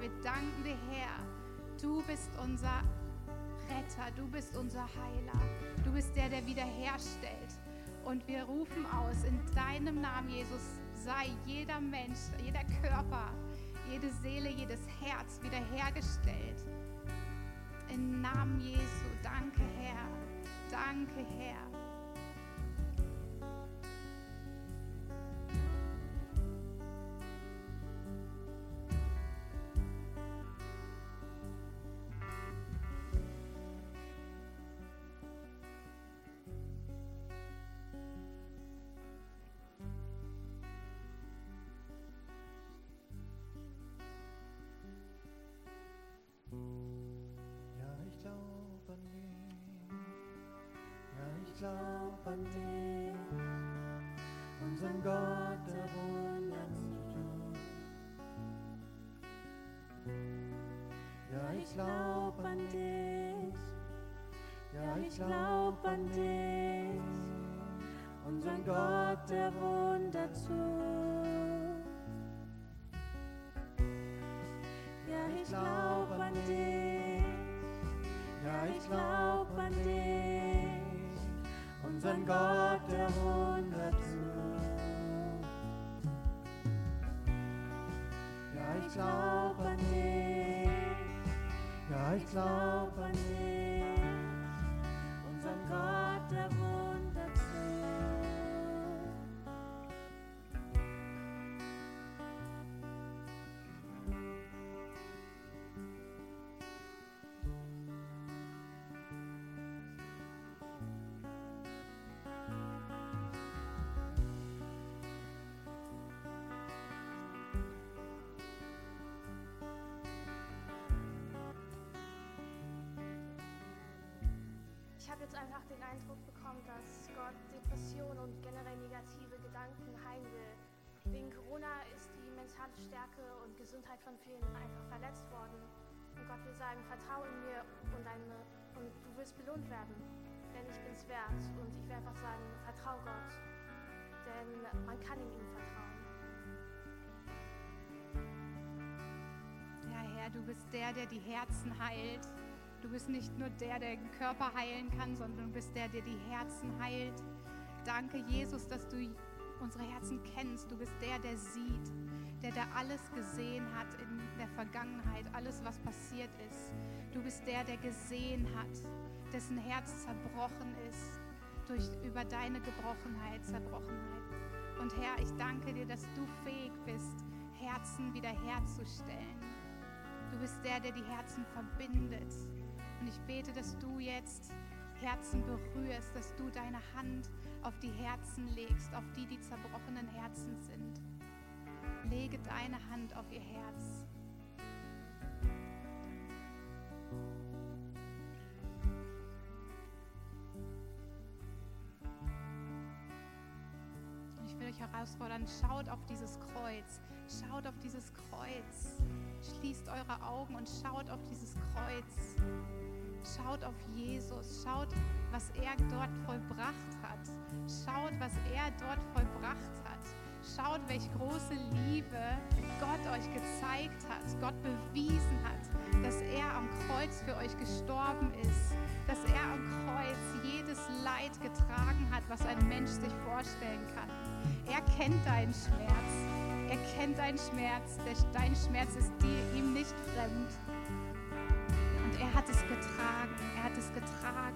du bist unser Retter, du bist unser Heiler, du bist der wiederherstellt. Und wir rufen aus, in deinem Namen, Jesus, sei jeder Mensch, jeder Körper, jede Seele, jedes Herz wiederhergestellt. Im Namen Jesu, danke Herr, danke Herr. Ich glaub an dich, unseren Gott, der Wunder tut. Ja, ich glaub an dich, ja, ich glaub an dich, unseren Gott, der Wunder tut. Ja, ich glaub an dich, ja, ich glaub an dich, unseren Gott, der Wunder tut. Ja, ich glaub an dich, ja, ich glaub an dich, unseren Gott, der Wunder tut. Ich habe jetzt einfach den Eindruck bekommen, dass Gott Depression und generell negative Gedanken heilen will. Wegen Corona ist die mentale Stärke und Gesundheit von vielen einfach verletzt worden. Und Gott will sagen, vertraue in mir und du wirst belohnt werden, denn ich bin's wert. Und ich will einfach sagen, vertraue Gott, denn man kann in ihm vertrauen. Ja, Herr, du bist der die Herzen heilt. Du bist nicht nur der den Körper heilen kann, sondern du bist der die Herzen heilt. Danke, Jesus, dass du unsere Herzen kennst. Du bist der sieht, der alles gesehen hat in der Vergangenheit, alles, was passiert ist. Du bist der gesehen hat, dessen Herz zerbrochen ist, über deine Zerbrochenheit. Und Herr, ich danke dir, dass du fähig bist, Herzen wiederherzustellen. Du bist der die Herzen verbindet. Und ich bete, dass du jetzt Herzen berührst, dass du deine Hand auf die Herzen legst, auf die zerbrochenen Herzen sind. Lege deine Hand auf ihr Herz. Und ich will euch herausfordern, schaut auf dieses Kreuz. Schaut auf dieses Kreuz. Schließt eure Augen und schaut auf dieses Kreuz. Schaut auf Jesus, schaut, was er dort vollbracht hat. Schaut, was er dort vollbracht hat. Schaut, welche große Liebe Gott euch gezeigt hat, Gott bewiesen hat, dass er am Kreuz für euch gestorben ist, dass er am Kreuz jedes Leid getragen hat, was ein Mensch sich vorstellen kann. Er kennt deinen Schmerz. Er kennt deinen Schmerz. Dein Schmerz ist ihm nicht fremd. Und er hat es getragen. Er hat es getragen.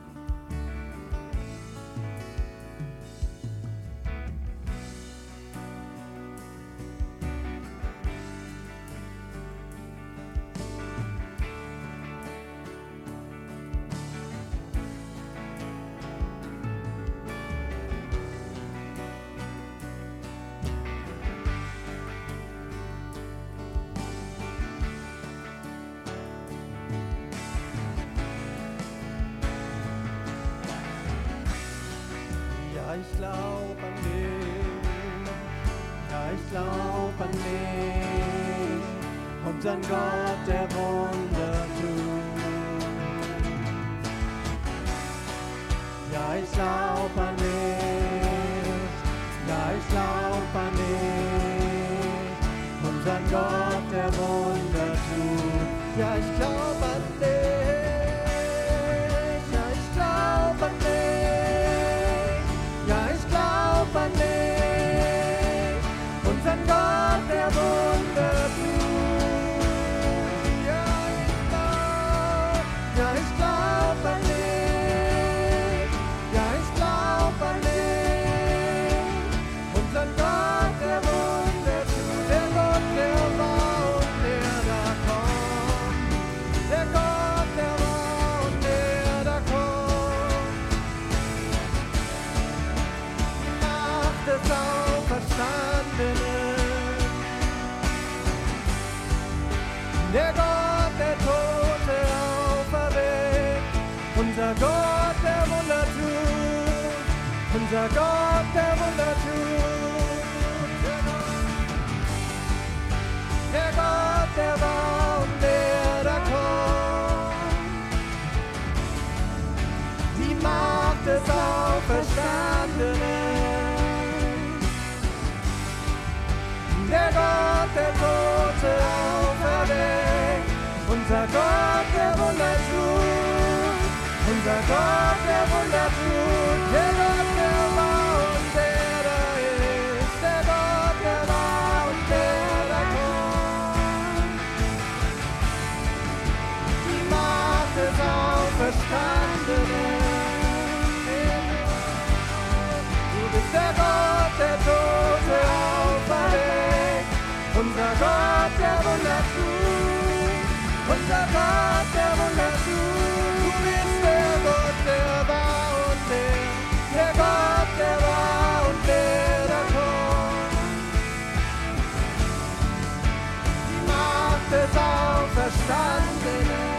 Ich glaub an dich, ja ich glaub an dich, unseren Gott, der Wunder tut. Ja ich glaub an dich, ja ich glaub an dich, unseren Gott, der Wunder tut. Ja ich glaub an dich, ja ich glaub an dich. An dich, unseren Gott, der Wunder tut. Ja, ich glaub an dich, ja, ich glaub an dich, unseren Gott, der Wunder tut. Der Gott, der war und der da kommt, der Gott, der war und der da kommt. Des Auferstandenen, der Gott, der Tote auferweckt, unser Gott, der Wunder tut, unser Gott, der Wunder tut. Der Gott, der war und der da kommt, die Macht des Auferstandenen. Der Gott, der Tote auferweckt, unser Gott, der Wunder tut, unser Gott, der Wunder tut, der Gott, der war und der da ist, der Gott, der war und der da kommt. Die Macht des Auferstandenen, du bist der Gott, der Tote auferweckt, unser Gott, der Wunder tut, unser Gott, der Wunder tut. Du bist der Gott, der war und der Gott, der war und der da kommt. Die Macht des Auferstandenen,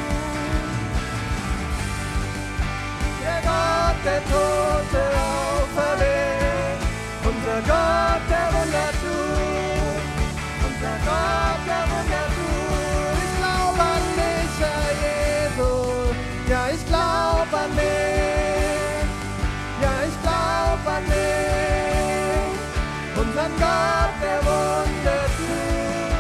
der Gott, der Tote auferweckt, unser Gott, der Wunder tut, unser Gott, der Wunder tut. Ich glaub an dich, Herr Jesus, ja ich glaub an dich, ja ich glaub an dich, unseren Gott, der Wunder tut.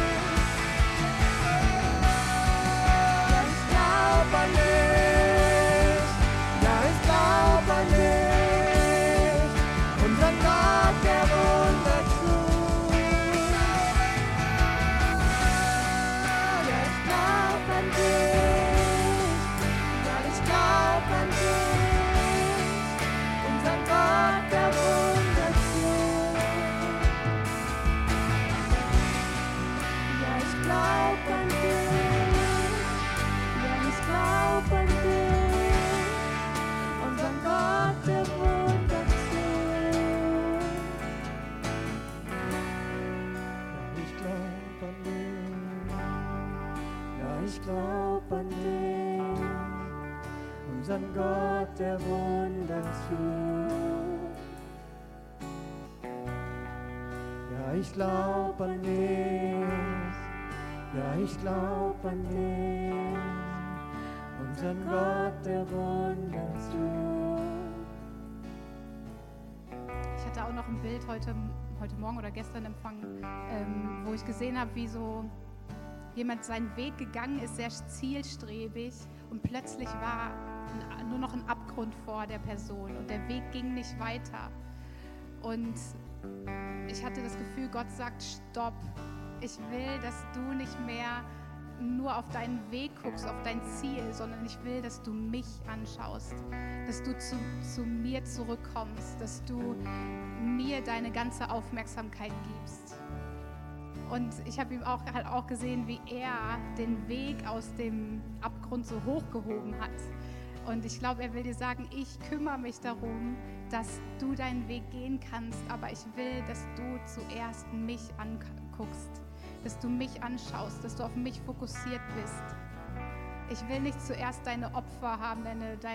Ja ich glaub an dich, ja ich glaub an dich, unseren Gott, der Wunder tut. Ja, ich glaub an dich, ja, ich glaub an dich, unseren Gott, der Wunder tut. Ja, ich glaub an dich, ja, ich glaub an dich, unseren Gott, der Wunder tut. Ich glaub an dich, unseren Gott, der Wunder tut. Ja, ich glaub an dich, ja, ich glaub an dich, unseren Gott, der Wunder tut. Ich hatte auch noch ein Bild heute Morgen oder gestern empfangen, wo ich gesehen habe, wie so jemand seinen Weg gegangen ist, sehr zielstrebig, und plötzlich war nur noch ein Abgrund vor der Person und der Weg ging nicht weiter. Und ich hatte das Gefühl, Gott sagt, stopp, ich will, dass du nicht mehr nur auf deinen Weg guckst, auf dein Ziel, sondern ich will, dass du mich anschaust, dass du zu mir zurückkommst, dass du mir deine ganze Aufmerksamkeit gibst. Und ich habe ihm auch gesehen, wie er den Weg aus dem Abgrund so hochgehoben hat. Und ich glaube, er will dir sagen, ich kümmere mich darum, dass du deinen Weg gehen kannst, aber ich will, dass du zuerst mich anguckst, dass du mich anschaust, dass du auf mich fokussiert bist. Ich will nicht zuerst deine Opfer haben,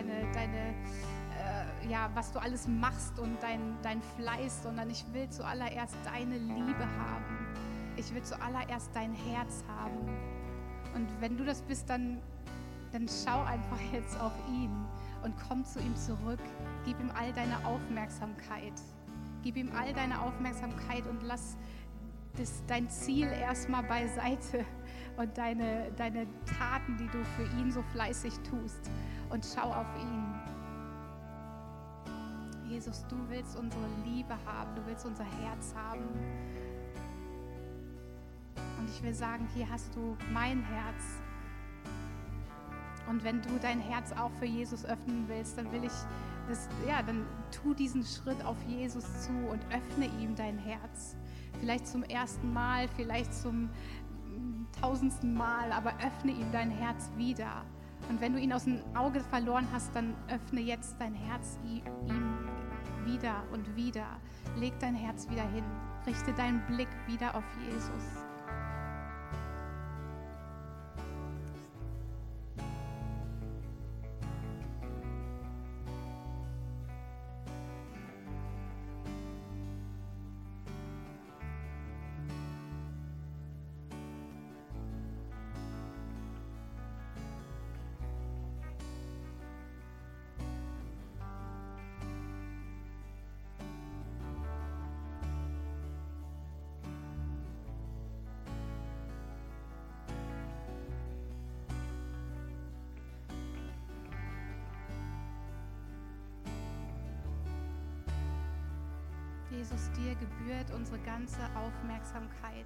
was du alles machst und dein Fleiß, sondern ich will zuallererst deine Liebe haben. Ich will zuallererst dein Herz haben. Und wenn du das bist, dann schau einfach jetzt auf ihn und komm zu ihm zurück. Gib ihm all deine Aufmerksamkeit. Gib ihm all deine Aufmerksamkeit und lass dein Ziel erstmal beiseite und deine Taten, die du für ihn so fleißig tust, und schau auf ihn. Jesus, du willst unsere Liebe haben, du willst unser Herz haben. Und ich will sagen, hier hast du mein Herz. Und wenn du dein Herz auch für Jesus öffnen willst, dann dann tu diesen Schritt auf Jesus zu und öffne ihm dein Herz. Vielleicht zum ersten Mal, vielleicht zum 1000. Mal, aber öffne ihm dein Herz wieder. Und wenn du ihn aus dem Auge verloren hast, dann öffne jetzt dein Herz ihm wieder und wieder. Leg dein Herz wieder hin. Richte deinen Blick wieder auf Jesus. Jesus, dir gebührt unsere ganze Aufmerksamkeit.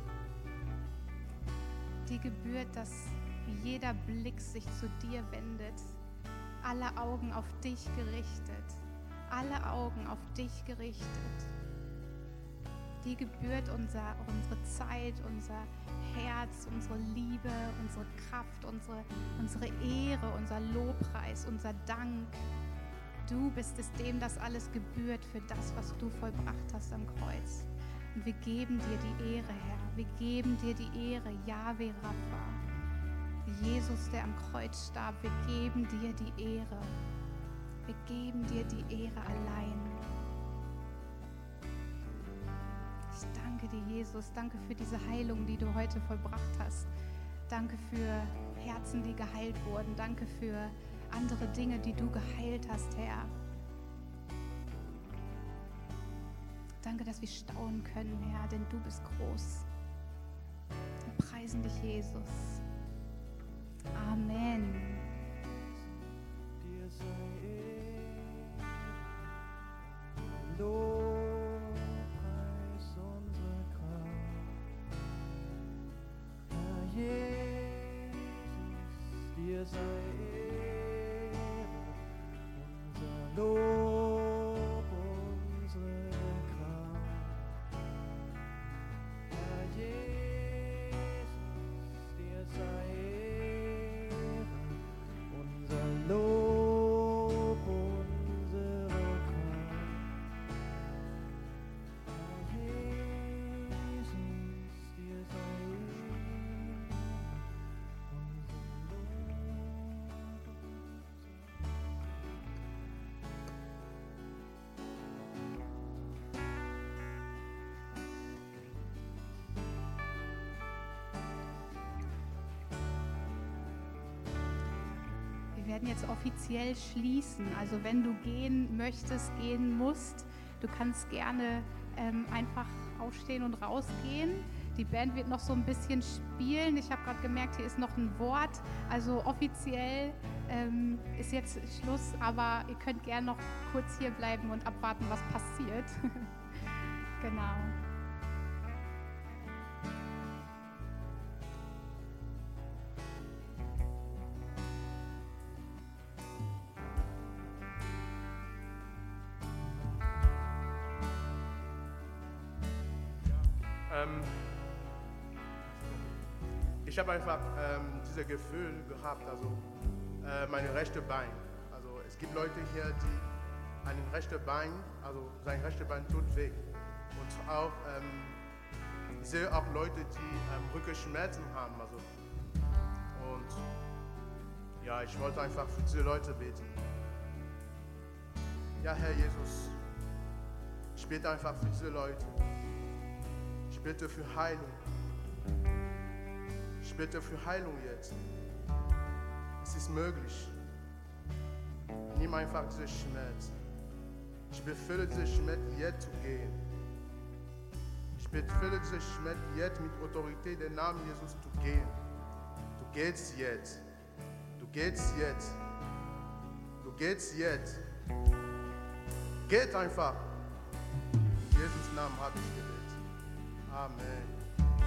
Dir gebührt, dass jeder Blick sich zu dir wendet. Alle Augen auf dich gerichtet. Alle Augen auf dich gerichtet. Dir gebührt unsere Zeit, unser Herz, unsere Liebe, unsere Kraft, unsere Ehre, unser Lobpreis, unser Dank. Du bist es, dem das alles gebührt für das, was du vollbracht hast am Kreuz. Und wir geben dir die Ehre, Herr. Wir geben dir die Ehre, Jahwe Rapha. Jesus, der am Kreuz starb, wir geben dir die Ehre. Wir geben dir die Ehre allein. Ich danke dir, Jesus. Danke für diese Heilung, die du heute vollbracht hast. Danke für Herzen, die geheilt wurden. Danke für andere Dinge, die du geheilt hast, Herr. Danke, dass wir staunen können, Herr, denn du bist groß. Wir preisen dich, Jesus. Amen. Dir sei Ehre, Lobpreis, unsere Kraft. Herr Jesus, dir sei Ehre, unser Lob, unsere Kraft. Herr Jesus, dir sei Ehre, unser Lob, unsere Kraft. Herr Jesus, dir sei Ehre, unser Wir werden jetzt offiziell schließen. Also wenn du gehen möchtest, gehen musst, Du kannst gerne einfach aufstehen und rausgehen. Die Band wird noch so ein bisschen spielen. Ich habe gerade gemerkt, hier ist noch ein Wort. Also offiziell ist jetzt Schluss, aber ihr könnt gerne noch kurz hier bleiben und abwarten, was passiert. Genau. Ich habe einfach dieses Gefühl gehabt, also meine rechte Bein. Also es gibt Leute hier, die ein rechtes Bein, also sein rechtes Bein tut weh. Und auch ich sehe auch Leute, die Rückenschmerzen haben. Also und ja, ich wollte einfach für diese Leute beten. Ja, Herr Jesus, ich bete einfach für diese Leute. Ich bete für Heilung. Ich bete für Heilung jetzt. Es ist möglich. Nimm einfach diesen Schmerz. Ich befehle diesen Schmerz jetzt zu gehen. Ich befehle diesen Schmerz jetzt mit Autorität den Namen Jesus zu gehen. Du gehst jetzt. Du gehst jetzt. Du gehst jetzt. Geht einfach. In Jesus Namen habe ich gebetet. Amen.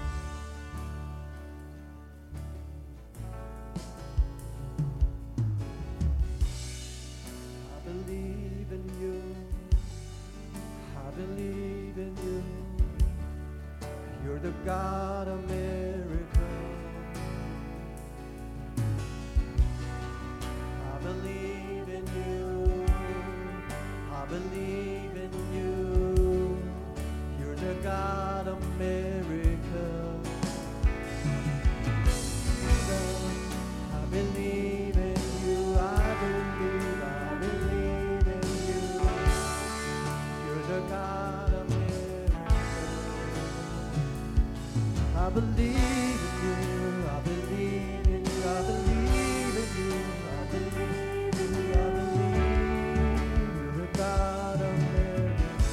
Believe in you. I believe in you. You're the God of miracles. I believe in you. I believe in you. You're the God of miracles. I believe in you. I believe. God of miracles. I believe in you, I believe in you, I believe in you, I believe in you, I believe you're the God of miracles.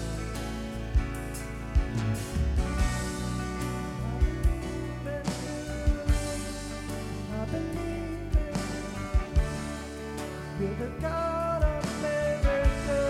I believe in you, you're the God of miracles.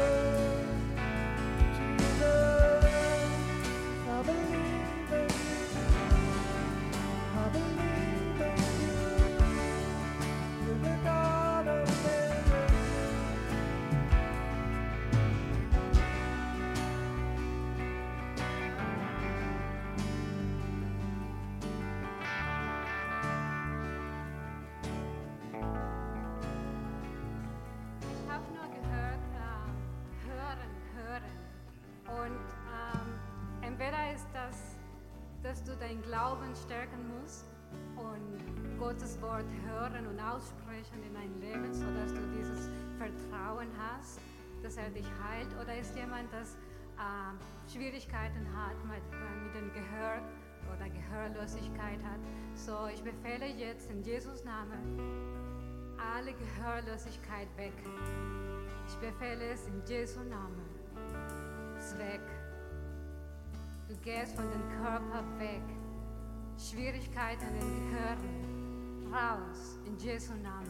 Dass du deinen Glauben stärken musst und Gottes Wort hören und aussprechen in dein Leben, sodass du dieses Vertrauen hast, dass er dich heilt? Oder ist jemand, das Schwierigkeiten hat mit dem Gehör oder Gehörlosigkeit hat? So, ich befehle jetzt in Jesus' Namen alle Gehörlosigkeit weg. Ich befehle es in Jesu Namen. Es ist weg. Du gehst von dem Körper weg. Schwierigkeiten im Gehirn. Raus in Jesu Namen.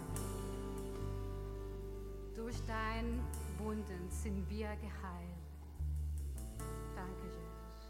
Durch deine Wunden sind wir geheilt. Danke, Jesus.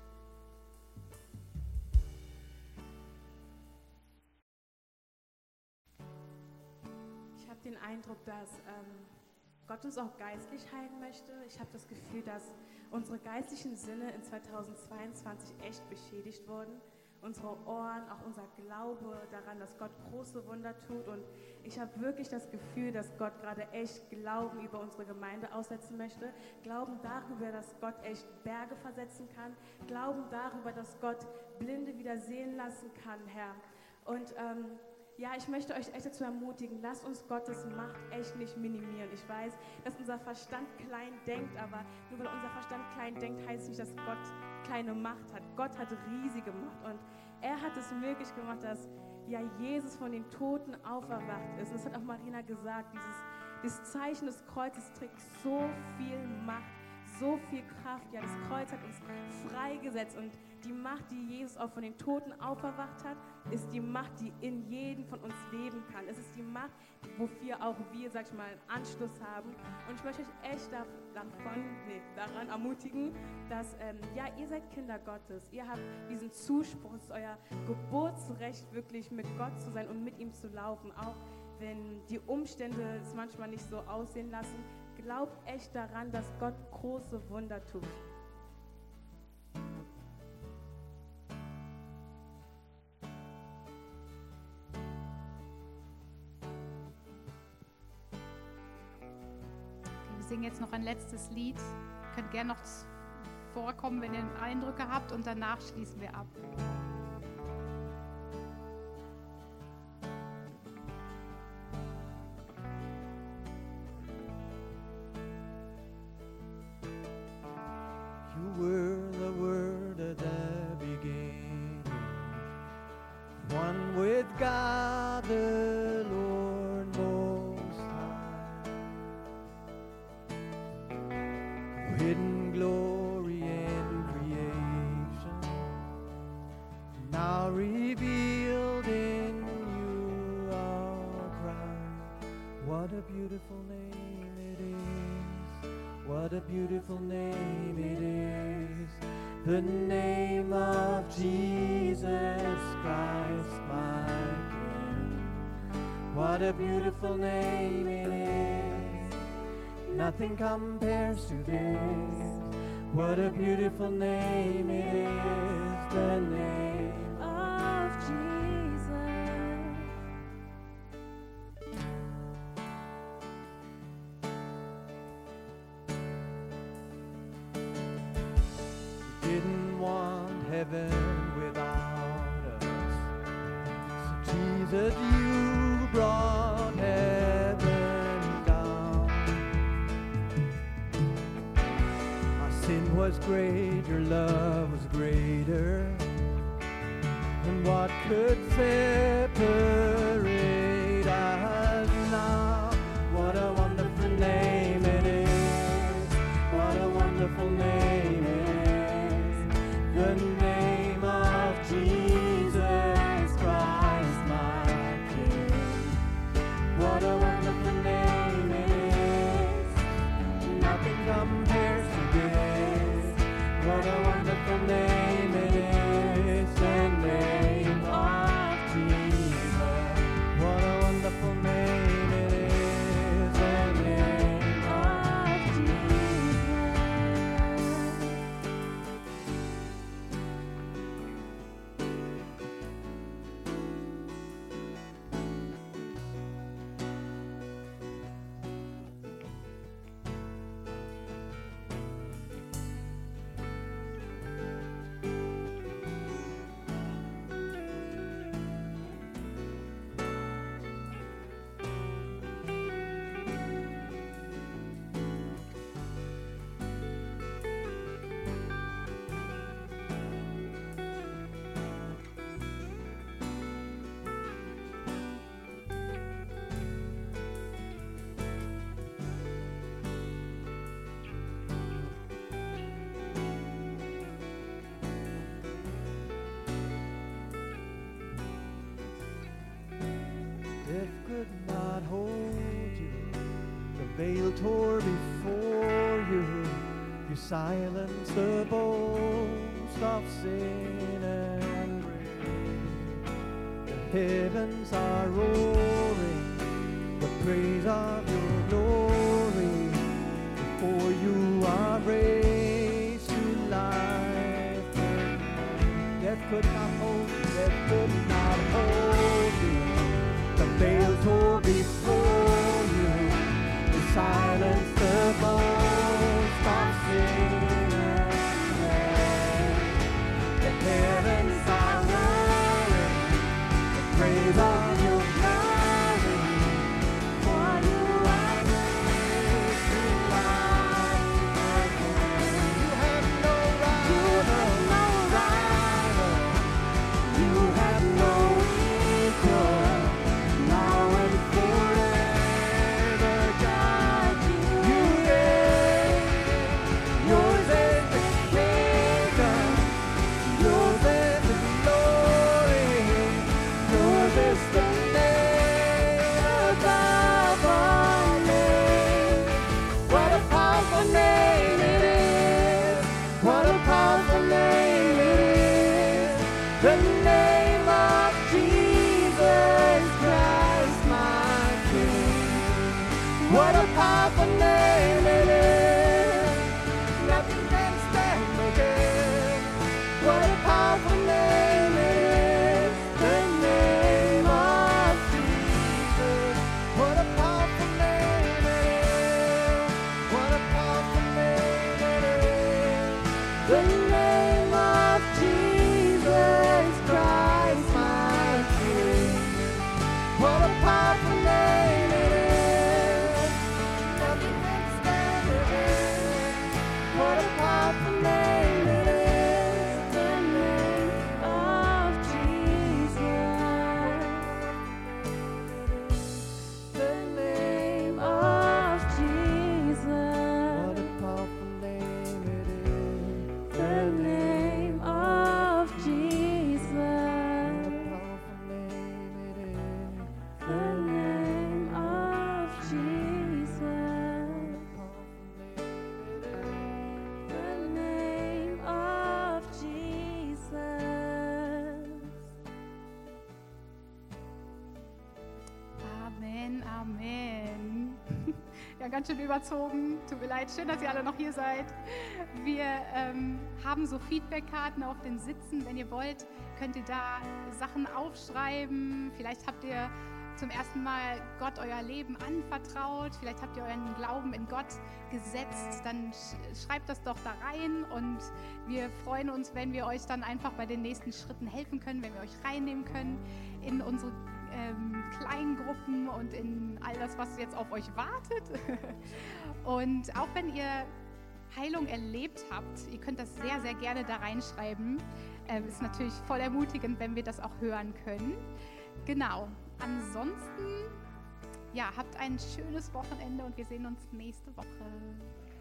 Ich habe den Eindruck, dass Gott uns auch geistlich heilen möchte. Ich habe das Gefühl, dass unsere geistlichen Sinne in 2022 echt beschädigt wurden. Unsere Ohren, auch unser Glaube daran, dass Gott große Wunder tut. Und ich habe wirklich das Gefühl, dass Gott gerade echt Glauben über unsere Gemeinde aussetzen möchte. Glauben darüber, dass Gott echt Berge versetzen kann. Glauben darüber, dass Gott Blinde wieder sehen lassen kann, Herr. Und ja, ich möchte euch echt dazu ermutigen, lasst uns Gottes Macht echt nicht minimieren. Ich weiß, dass unser Verstand klein denkt, aber nur weil unser Verstand klein denkt, heißt nicht, dass Gott kleine Macht hat. Gott hat riesige Macht und er hat es möglich gemacht, dass ja Jesus von den Toten auferwacht ist. Und das hat auch Marina gesagt, dieses Zeichen des Kreuzes trägt so viel Macht, so viel Kraft. Ja, das Kreuz hat uns freigesetzt und die Macht, die Jesus auch von den Toten auferwacht hat, ist die Macht, die in jedem von uns leben kann. Es ist die Macht, wofür auch wir, sag ich mal, einen Anschluss haben. Und ich möchte euch echt daran ermutigen, dass ja, ihr seid Kinder Gottes. Ihr habt diesen Zuspruch, es ist euer Geburtsrecht, wirklich mit Gott zu sein und mit ihm zu laufen, auch wenn die Umstände es manchmal nicht so aussehen lassen. Glaubt echt daran, dass Gott große Wunder tut. Wir singen jetzt noch ein letztes Lied. Ihr könnt gerne noch vorkommen, wenn ihr Eindrücke habt, und danach schließen wir ab. You were the Word at the beginning, one with God the Lord Most High. Hidden glory in creation, now revealed in you our Christ. What a beautiful name it is, what a beautiful name it is, the name of Jesus Christ my King. What a beautiful name it is, nothing compares to this. What a beautiful name it is, the name of Jesus. You didn't want heaven without us, so Jesus, you brought heaven down. Our sin was great, your love was greater, and what could separate us now? What a wonderful name it is, what a wonderful name it is, the name of Jesus Christ my King. What a wonderful name it is, nothing compares to this. What a wonderful name it is, the name of Jesus. What a wonderful name it is, the name of Jesus. Death could not hold you, the veil tore before you. You silenced the boast of sin and grave. The heavens are roaring the praise of your glory. Before you are raised to life. Death could not hold you, death could not hold you. The veil tore before you, you silenced the boast of sin and grave. The heavens are roaring the praise of your glory. For you are raised to life. What a powerful name it is. The name of Jesus Christ, my King. What a powerful name it is. Nothing can stand against. What a powerful name it is. The name of Jesus. What a powerful name it is. What a powerful name it is. The name of Jesus Christ, my King. What a powerful name it is. Nothing can stand against. What a powerful name it is. The name of Jesus. The name of Jesus. What a powerful name it is. The name of Jesus. What a powerful name it is. The name of Jesus. The name of Jesus. Amen, Amen. Ja, ganz schön überzogen. Tut mir leid. Schön, dass ihr alle noch hier seid. Wir haben so Feedbackkarten auf den Sitzen. Wenn ihr wollt, könnt ihr da Sachen aufschreiben. Vielleicht habt ihr zum ersten Mal Gott euer Leben anvertraut. Vielleicht habt ihr euren Glauben in Gott gesetzt. Dann schreibt das doch da rein. Und wir freuen uns, wenn wir euch dann einfach bei den nächsten Schritten helfen können, wenn wir euch reinnehmen können in unsere kleinen Gruppen und in all das, was jetzt auf euch wartet. Und auch wenn ihr Heilung erlebt habt, ihr könnt das sehr, sehr gerne da reinschreiben. Ist natürlich voll ermutigend, wenn wir das auch hören können. Genau. Ansonsten, ja, habt ein schönes Wochenende und wir sehen uns nächste Woche.